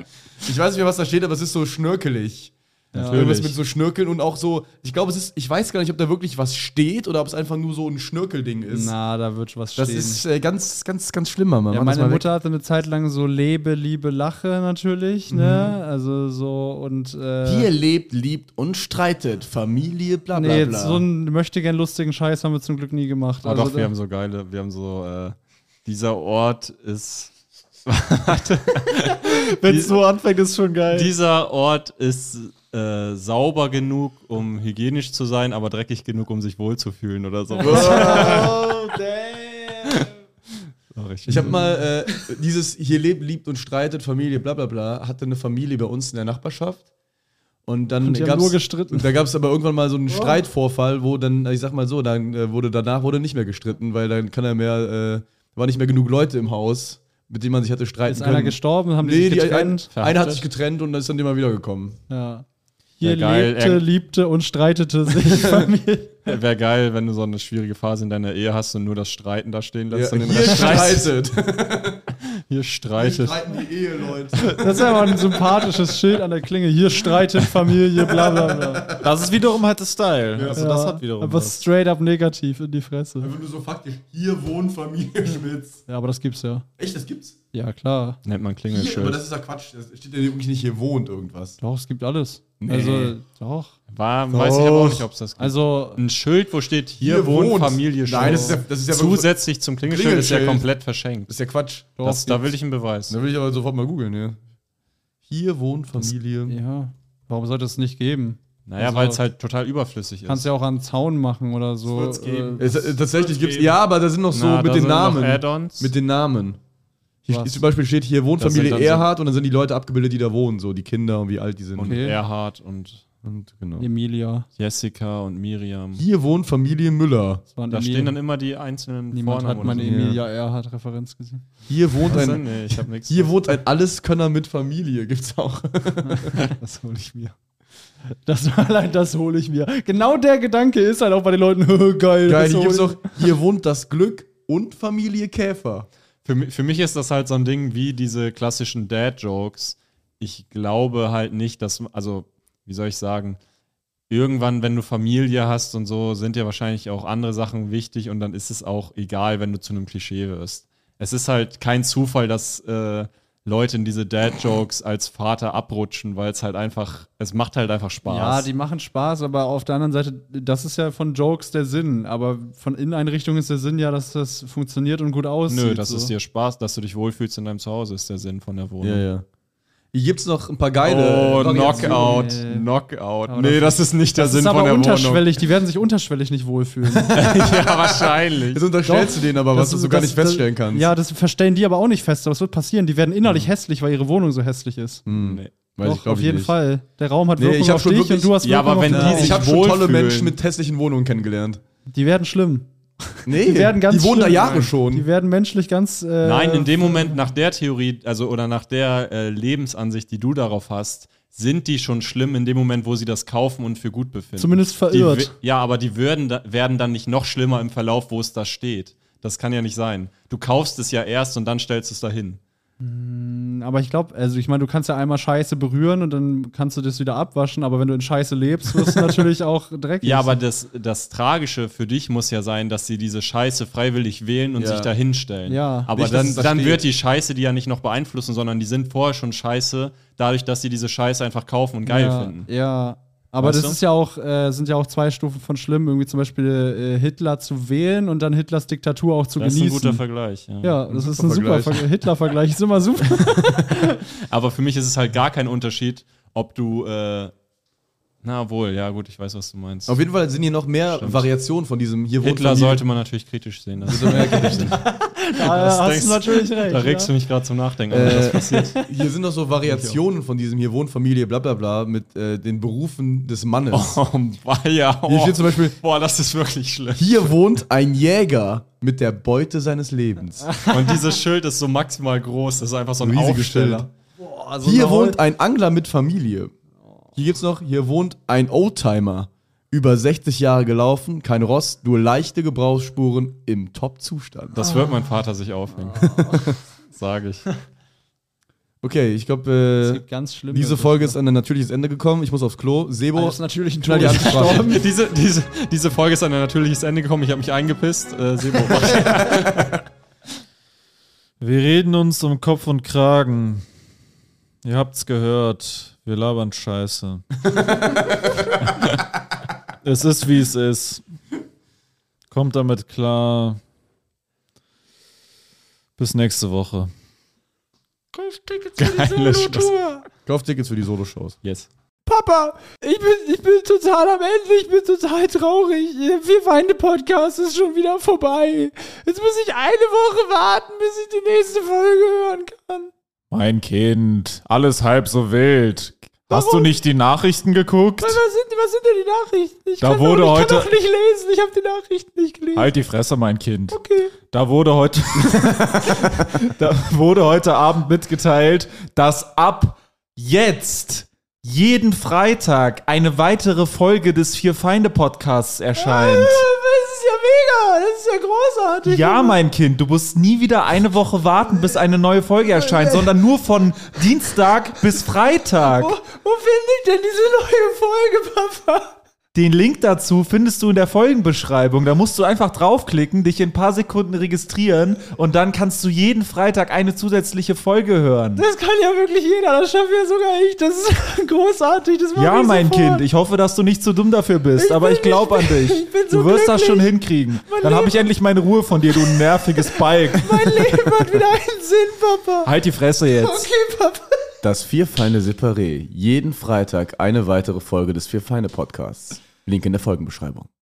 Ich weiß nicht mehr, was da steht, aber es ist so schnörkelig. Irgendwas mit so Schnörkeln und auch so, ich glaube, ich weiß gar nicht, ob da wirklich was steht oder ob es einfach nur so ein Schnörkelding ist. Na, da wird was stehen. Das ist ganz, ganz, ganz schlimmer, Mann. Ja, Mach das meine mal Mutter hatte eine Zeit lang so Lebe, Liebe, Lache natürlich, ne? Also so und Hier lebt, liebt und streitet. Familie, bla bla nee, bla. so einen möchte gern lustigen Scheiß haben wir zum Glück nie gemacht. Aber Also doch, wir haben so, dieser Ort ist, Wenn es so anfängt, ist schon geil. dieser Ort ist sauber genug, um hygienisch zu sein, aber dreckig genug, um sich wohlzufühlen oder so. Oh, damn. Ich habe mal dieses hier lebt, liebt und streitet, Familie, bla bla bla, hatte eine Familie bei uns in der Nachbarschaft. Und dann Und die haben nur gestritten. Da gab es aber irgendwann mal so einen Streitvorfall, wo dann, ich sag mal so, dann wurde nicht mehr gestritten, weil dann war nicht mehr genug Leute im Haus, mit denen man sich hätte streiten ist können. einer gestorben, haben die Nee, sich getrennt. einer hat sich getrennt und dann ist dann immer wiedergekommen. Ja. Hier Ja, geil. lebte, liebte und streitete sich Familie. Wäre geil, wenn du so eine schwierige Phase in deiner Ehe hast und nur das Streiten da stehen lässt. Ja, und den hier Rest streitet. Hier streitet. streiten die Eheleute. Das ist ja mal ein sympathisches Schild an der Klinge. Hier streitet Familie, bla bla bla. Das ist wiederum halt der Style. Also das Ja, hat wiederum aber was. straight up negativ in die Fresse. Einfach nur so faktisch, hier wohnt Familie Schmitz. Ja, aber das gibt's ja. Echt, das gibt's? Ja, klar. Nennt man Hier, aber Klingelschild. das ist ja Quatsch. Das steht ja wirklich nicht, hier wohnt irgendwas. Doch, es gibt alles. Nee. Also, doch. Weiß ich aber auch nicht, ob es das gibt. Also, Ein Schild, wo steht, hier Hier wohnt wohnt. Familie Nein, Schmitz. das ist ja wirklich- Zusätzlich zum Klingelschild ist ja Klingelschild. komplett verschenkt. Das ist ja Quatsch. doch, Da will ich einen Beweis. Da will ich aber sofort mal googeln, ja. Hier wohnt Familie. ja. Warum sollte es nicht geben? Naja, Also- weil es halt total überflüssig ist. Kannst ja auch an einen Zaun machen oder so. wird's geben. Tatsächlich gibt's. Ja, aber da sind noch so Na, mit da den sind noch Namen. Add-ons. Mit den Namen. Hier Was? zum Beispiel steht hier wohnt Das sind Familie dann so- Erhard und dann sind die Leute abgebildet, die da wohnen, so die Kinder und wie alt die sind. und Okay. Erhard und Und genau. Emilia. Jessica und Miriam. Hier wohnt Familie Müller. Das waren Da Emil- stehen dann immer die einzelnen Niemand Vornamen hat meine oder so. Emilia Earhart-Referenz gesehen. Hier wohnt Was denn? ein Nee, ich hab nichts. Hier wohnt ein Alleskönner mit Familie, gibt's auch. Das hole ich mir. Das hole ich mir. Genau der Gedanke ist halt auch bei den Leuten, geil. Geil, das hier hol gibt's ich- auch hier wohnt das Glück und Familie Käfer. Für mich ist das halt so ein Ding wie diese klassischen Dad-Jokes. Ich glaube halt nicht, dass, also, wie soll ich sagen, irgendwann, wenn du Familie hast und so, sind dir wahrscheinlich auch andere Sachen wichtig und dann ist es auch egal, wenn du zu einem Klischee wirst. Es ist halt kein Zufall, dass Leute in diese Dad-Jokes als Vater abrutschen, weil es halt einfach, es macht halt einfach Spaß. Ja, die machen Spaß, aber auf der anderen Seite, das ist ja von Jokes der Sinn. Aber von Inneneinrichtung ist der Sinn ja, dass das funktioniert und gut aussieht. Nö, dass so. es dir Spaß, dass du dich wohlfühlst in deinem Zuhause, ist der Sinn von der Wohnung. ja. Hier gibt's noch ein paar geile Oh, Variationen. Knockout. Aber Nee, das- das ist nicht der Das Sinn ist aber von der Wohnung. unterschwellig, die werden sich unterschwellig nicht wohlfühlen. Ja, wahrscheinlich. Jetzt unterstellst du denen aber was, was du gar nicht feststellen kannst. Ja, das verstellen die aber auch nicht fest, aber es wird passieren. Die werden innerlich hässlich, weil ihre Wohnung so hässlich ist. Nee. Weiß Doch, ich, glaub auf ich jeden nicht. Fall. Der Raum hat Nee, Wirkung ich hab auf schon dich wirklich- und du hast Ja, Wirkung aber wenn auf die dich. sich Ich habe schon tolle wohlfühlen. Menschen mit hässlichen Wohnungen kennengelernt. Die werden schlimm. Nee, Die werden ganz die wohnen da schlimm. Jahre schon. Die werden menschlich ganz. Nein, in dem Moment, nach der Theorie, also oder nach der Lebensansicht, die du darauf hast, sind die schon schlimm in dem Moment, wo sie das kaufen und für gut befinden. Zumindest verirrt. Ja, aber die werden dann nicht noch schlimmer im Verlauf, wo es da steht. Das kann ja nicht sein. Du kaufst es ja erst und dann stellst es dahin. Aber ich glaube, also ich meine, du kannst ja einmal Scheiße berühren und dann kannst du das wieder abwaschen, aber wenn du in Scheiße lebst, wirst du natürlich auch dreckig. Ja, aber das Tragische für dich muss ja sein, dass sie diese Scheiße freiwillig wählen und Ja. sich da hinstellen. Ja. Aber Nicht, dass dann, es da dann steht. wird die Scheiße die ja nicht noch beeinflussen, sondern die sind vorher schon scheiße, dadurch, dass sie diese Scheiße einfach kaufen und geil ja, finden. Ja. Aber Weißt das du? ist ja auch, sind ja auch zwei Stufen von schlimm, irgendwie zum Beispiel Hitler zu wählen und dann Hitlers Diktatur auch zu Das ist genießen. ein guter Vergleich. Ja. Ja, das ist super ein super Vergleich. Vergleich. Hitler-Vergleich ist immer super. Aber für mich ist es halt gar kein Unterschied, ob du, na wohl, ja gut, ich weiß, was du meinst. Auf jeden Fall sind hier noch mehr Stimmt. Variationen von diesem hier wohnt Hitler Familie. sollte man natürlich kritisch sehen. Das, Da hast denkst- du natürlich recht. da regst du mich gerade zum Nachdenken, an, was passiert. Hier sind noch so Variationen von diesem hier wohnt Familie bla bla bla mit den Berufen des Mannes. Oh, weia. Hier steht zum Beispiel, Boah, das ist wirklich schlimm. hier wohnt ein Jäger mit der Beute seines Lebens. Und dieses Schild ist so maximal groß. Das ist einfach so ein Riesiges Aufsteller. Also Hier wohnt ein Angler mit Familie. Hier gibt's noch, hier wohnt ein Oldtimer. Über 60 Jahre gelaufen, kein Rost, nur leichte Gebrauchsspuren im Top-Zustand. Das wird mein Vater sich aufhängen. Sage ich. Okay, ich Es glaube, gibt ganz schlimme. diese Folge ist an ein natürliches Ende gekommen. Ich muss aufs Klo. Sebo, Das ist natürlich ein knall die Ansprache. Diese Folge ist an ein natürliches Ende gekommen. Ich habe mich eingepisst. Sebo, Wir reden uns um Kopf und Kragen. Ihr habt's gehört. Wir labern Scheiße. Es ist, wie es ist. Kommt damit klar. Bis nächste Woche. geile Schluss. Kauftickets für die Solo-Shows. Yes. Papa, ich bin total am Ende, ich bin total traurig. Wir Feinde-Podcast ist schon wieder vorbei. Jetzt muss ich eine Woche warten, bis ich die nächste Folge hören kann. Mein Kind, alles halb so wild. Hast du nicht die Nachrichten geguckt? Was sind denn die Nachrichten? Ich Da kann wurde doch, ich heute- kann doch nicht lesen, ich habe die Nachrichten nicht gelesen. Halt die Fresse, mein Kind. Okay. Da wurde heute Abend mitgeteilt, dass ab jetzt jeden Freitag eine weitere Folge des Vier-Feinde-Podcasts erscheint. Das ist ja mega, das ist ja großartig. Ja, mein Kind, du musst nie wieder eine Woche warten, bis eine neue Folge erscheint, sondern nur von Dienstag bis Freitag. Wo finde ich denn diese neue Folge, Papa? Den Link dazu findest du in der Folgenbeschreibung. Da musst du einfach draufklicken, dich in ein paar Sekunden registrieren und dann kannst du jeden Freitag eine zusätzliche Folge hören. Das kann ja wirklich jeder, das schaffe ja sogar ich. Das ist großartig, das mache Ja, ich mein sofort. Kind, ich hoffe, dass du nicht zu dumm dafür bist, aber ich glaube an dich. ich bin so Du wirst das glücklich. schon hinkriegen. Mein Dann habe Leben- ich endlich meine Ruhe von dir, du nerviges Balk. Mein Leben hat wieder einen Sinn, Papa. Halt die Fresse jetzt. Okay, Papa. Das Vier-Feinde Separé. Jeden Freitag eine weitere Folge des Vier-Feinde-Podcasts. Link in der Folgenbeschreibung.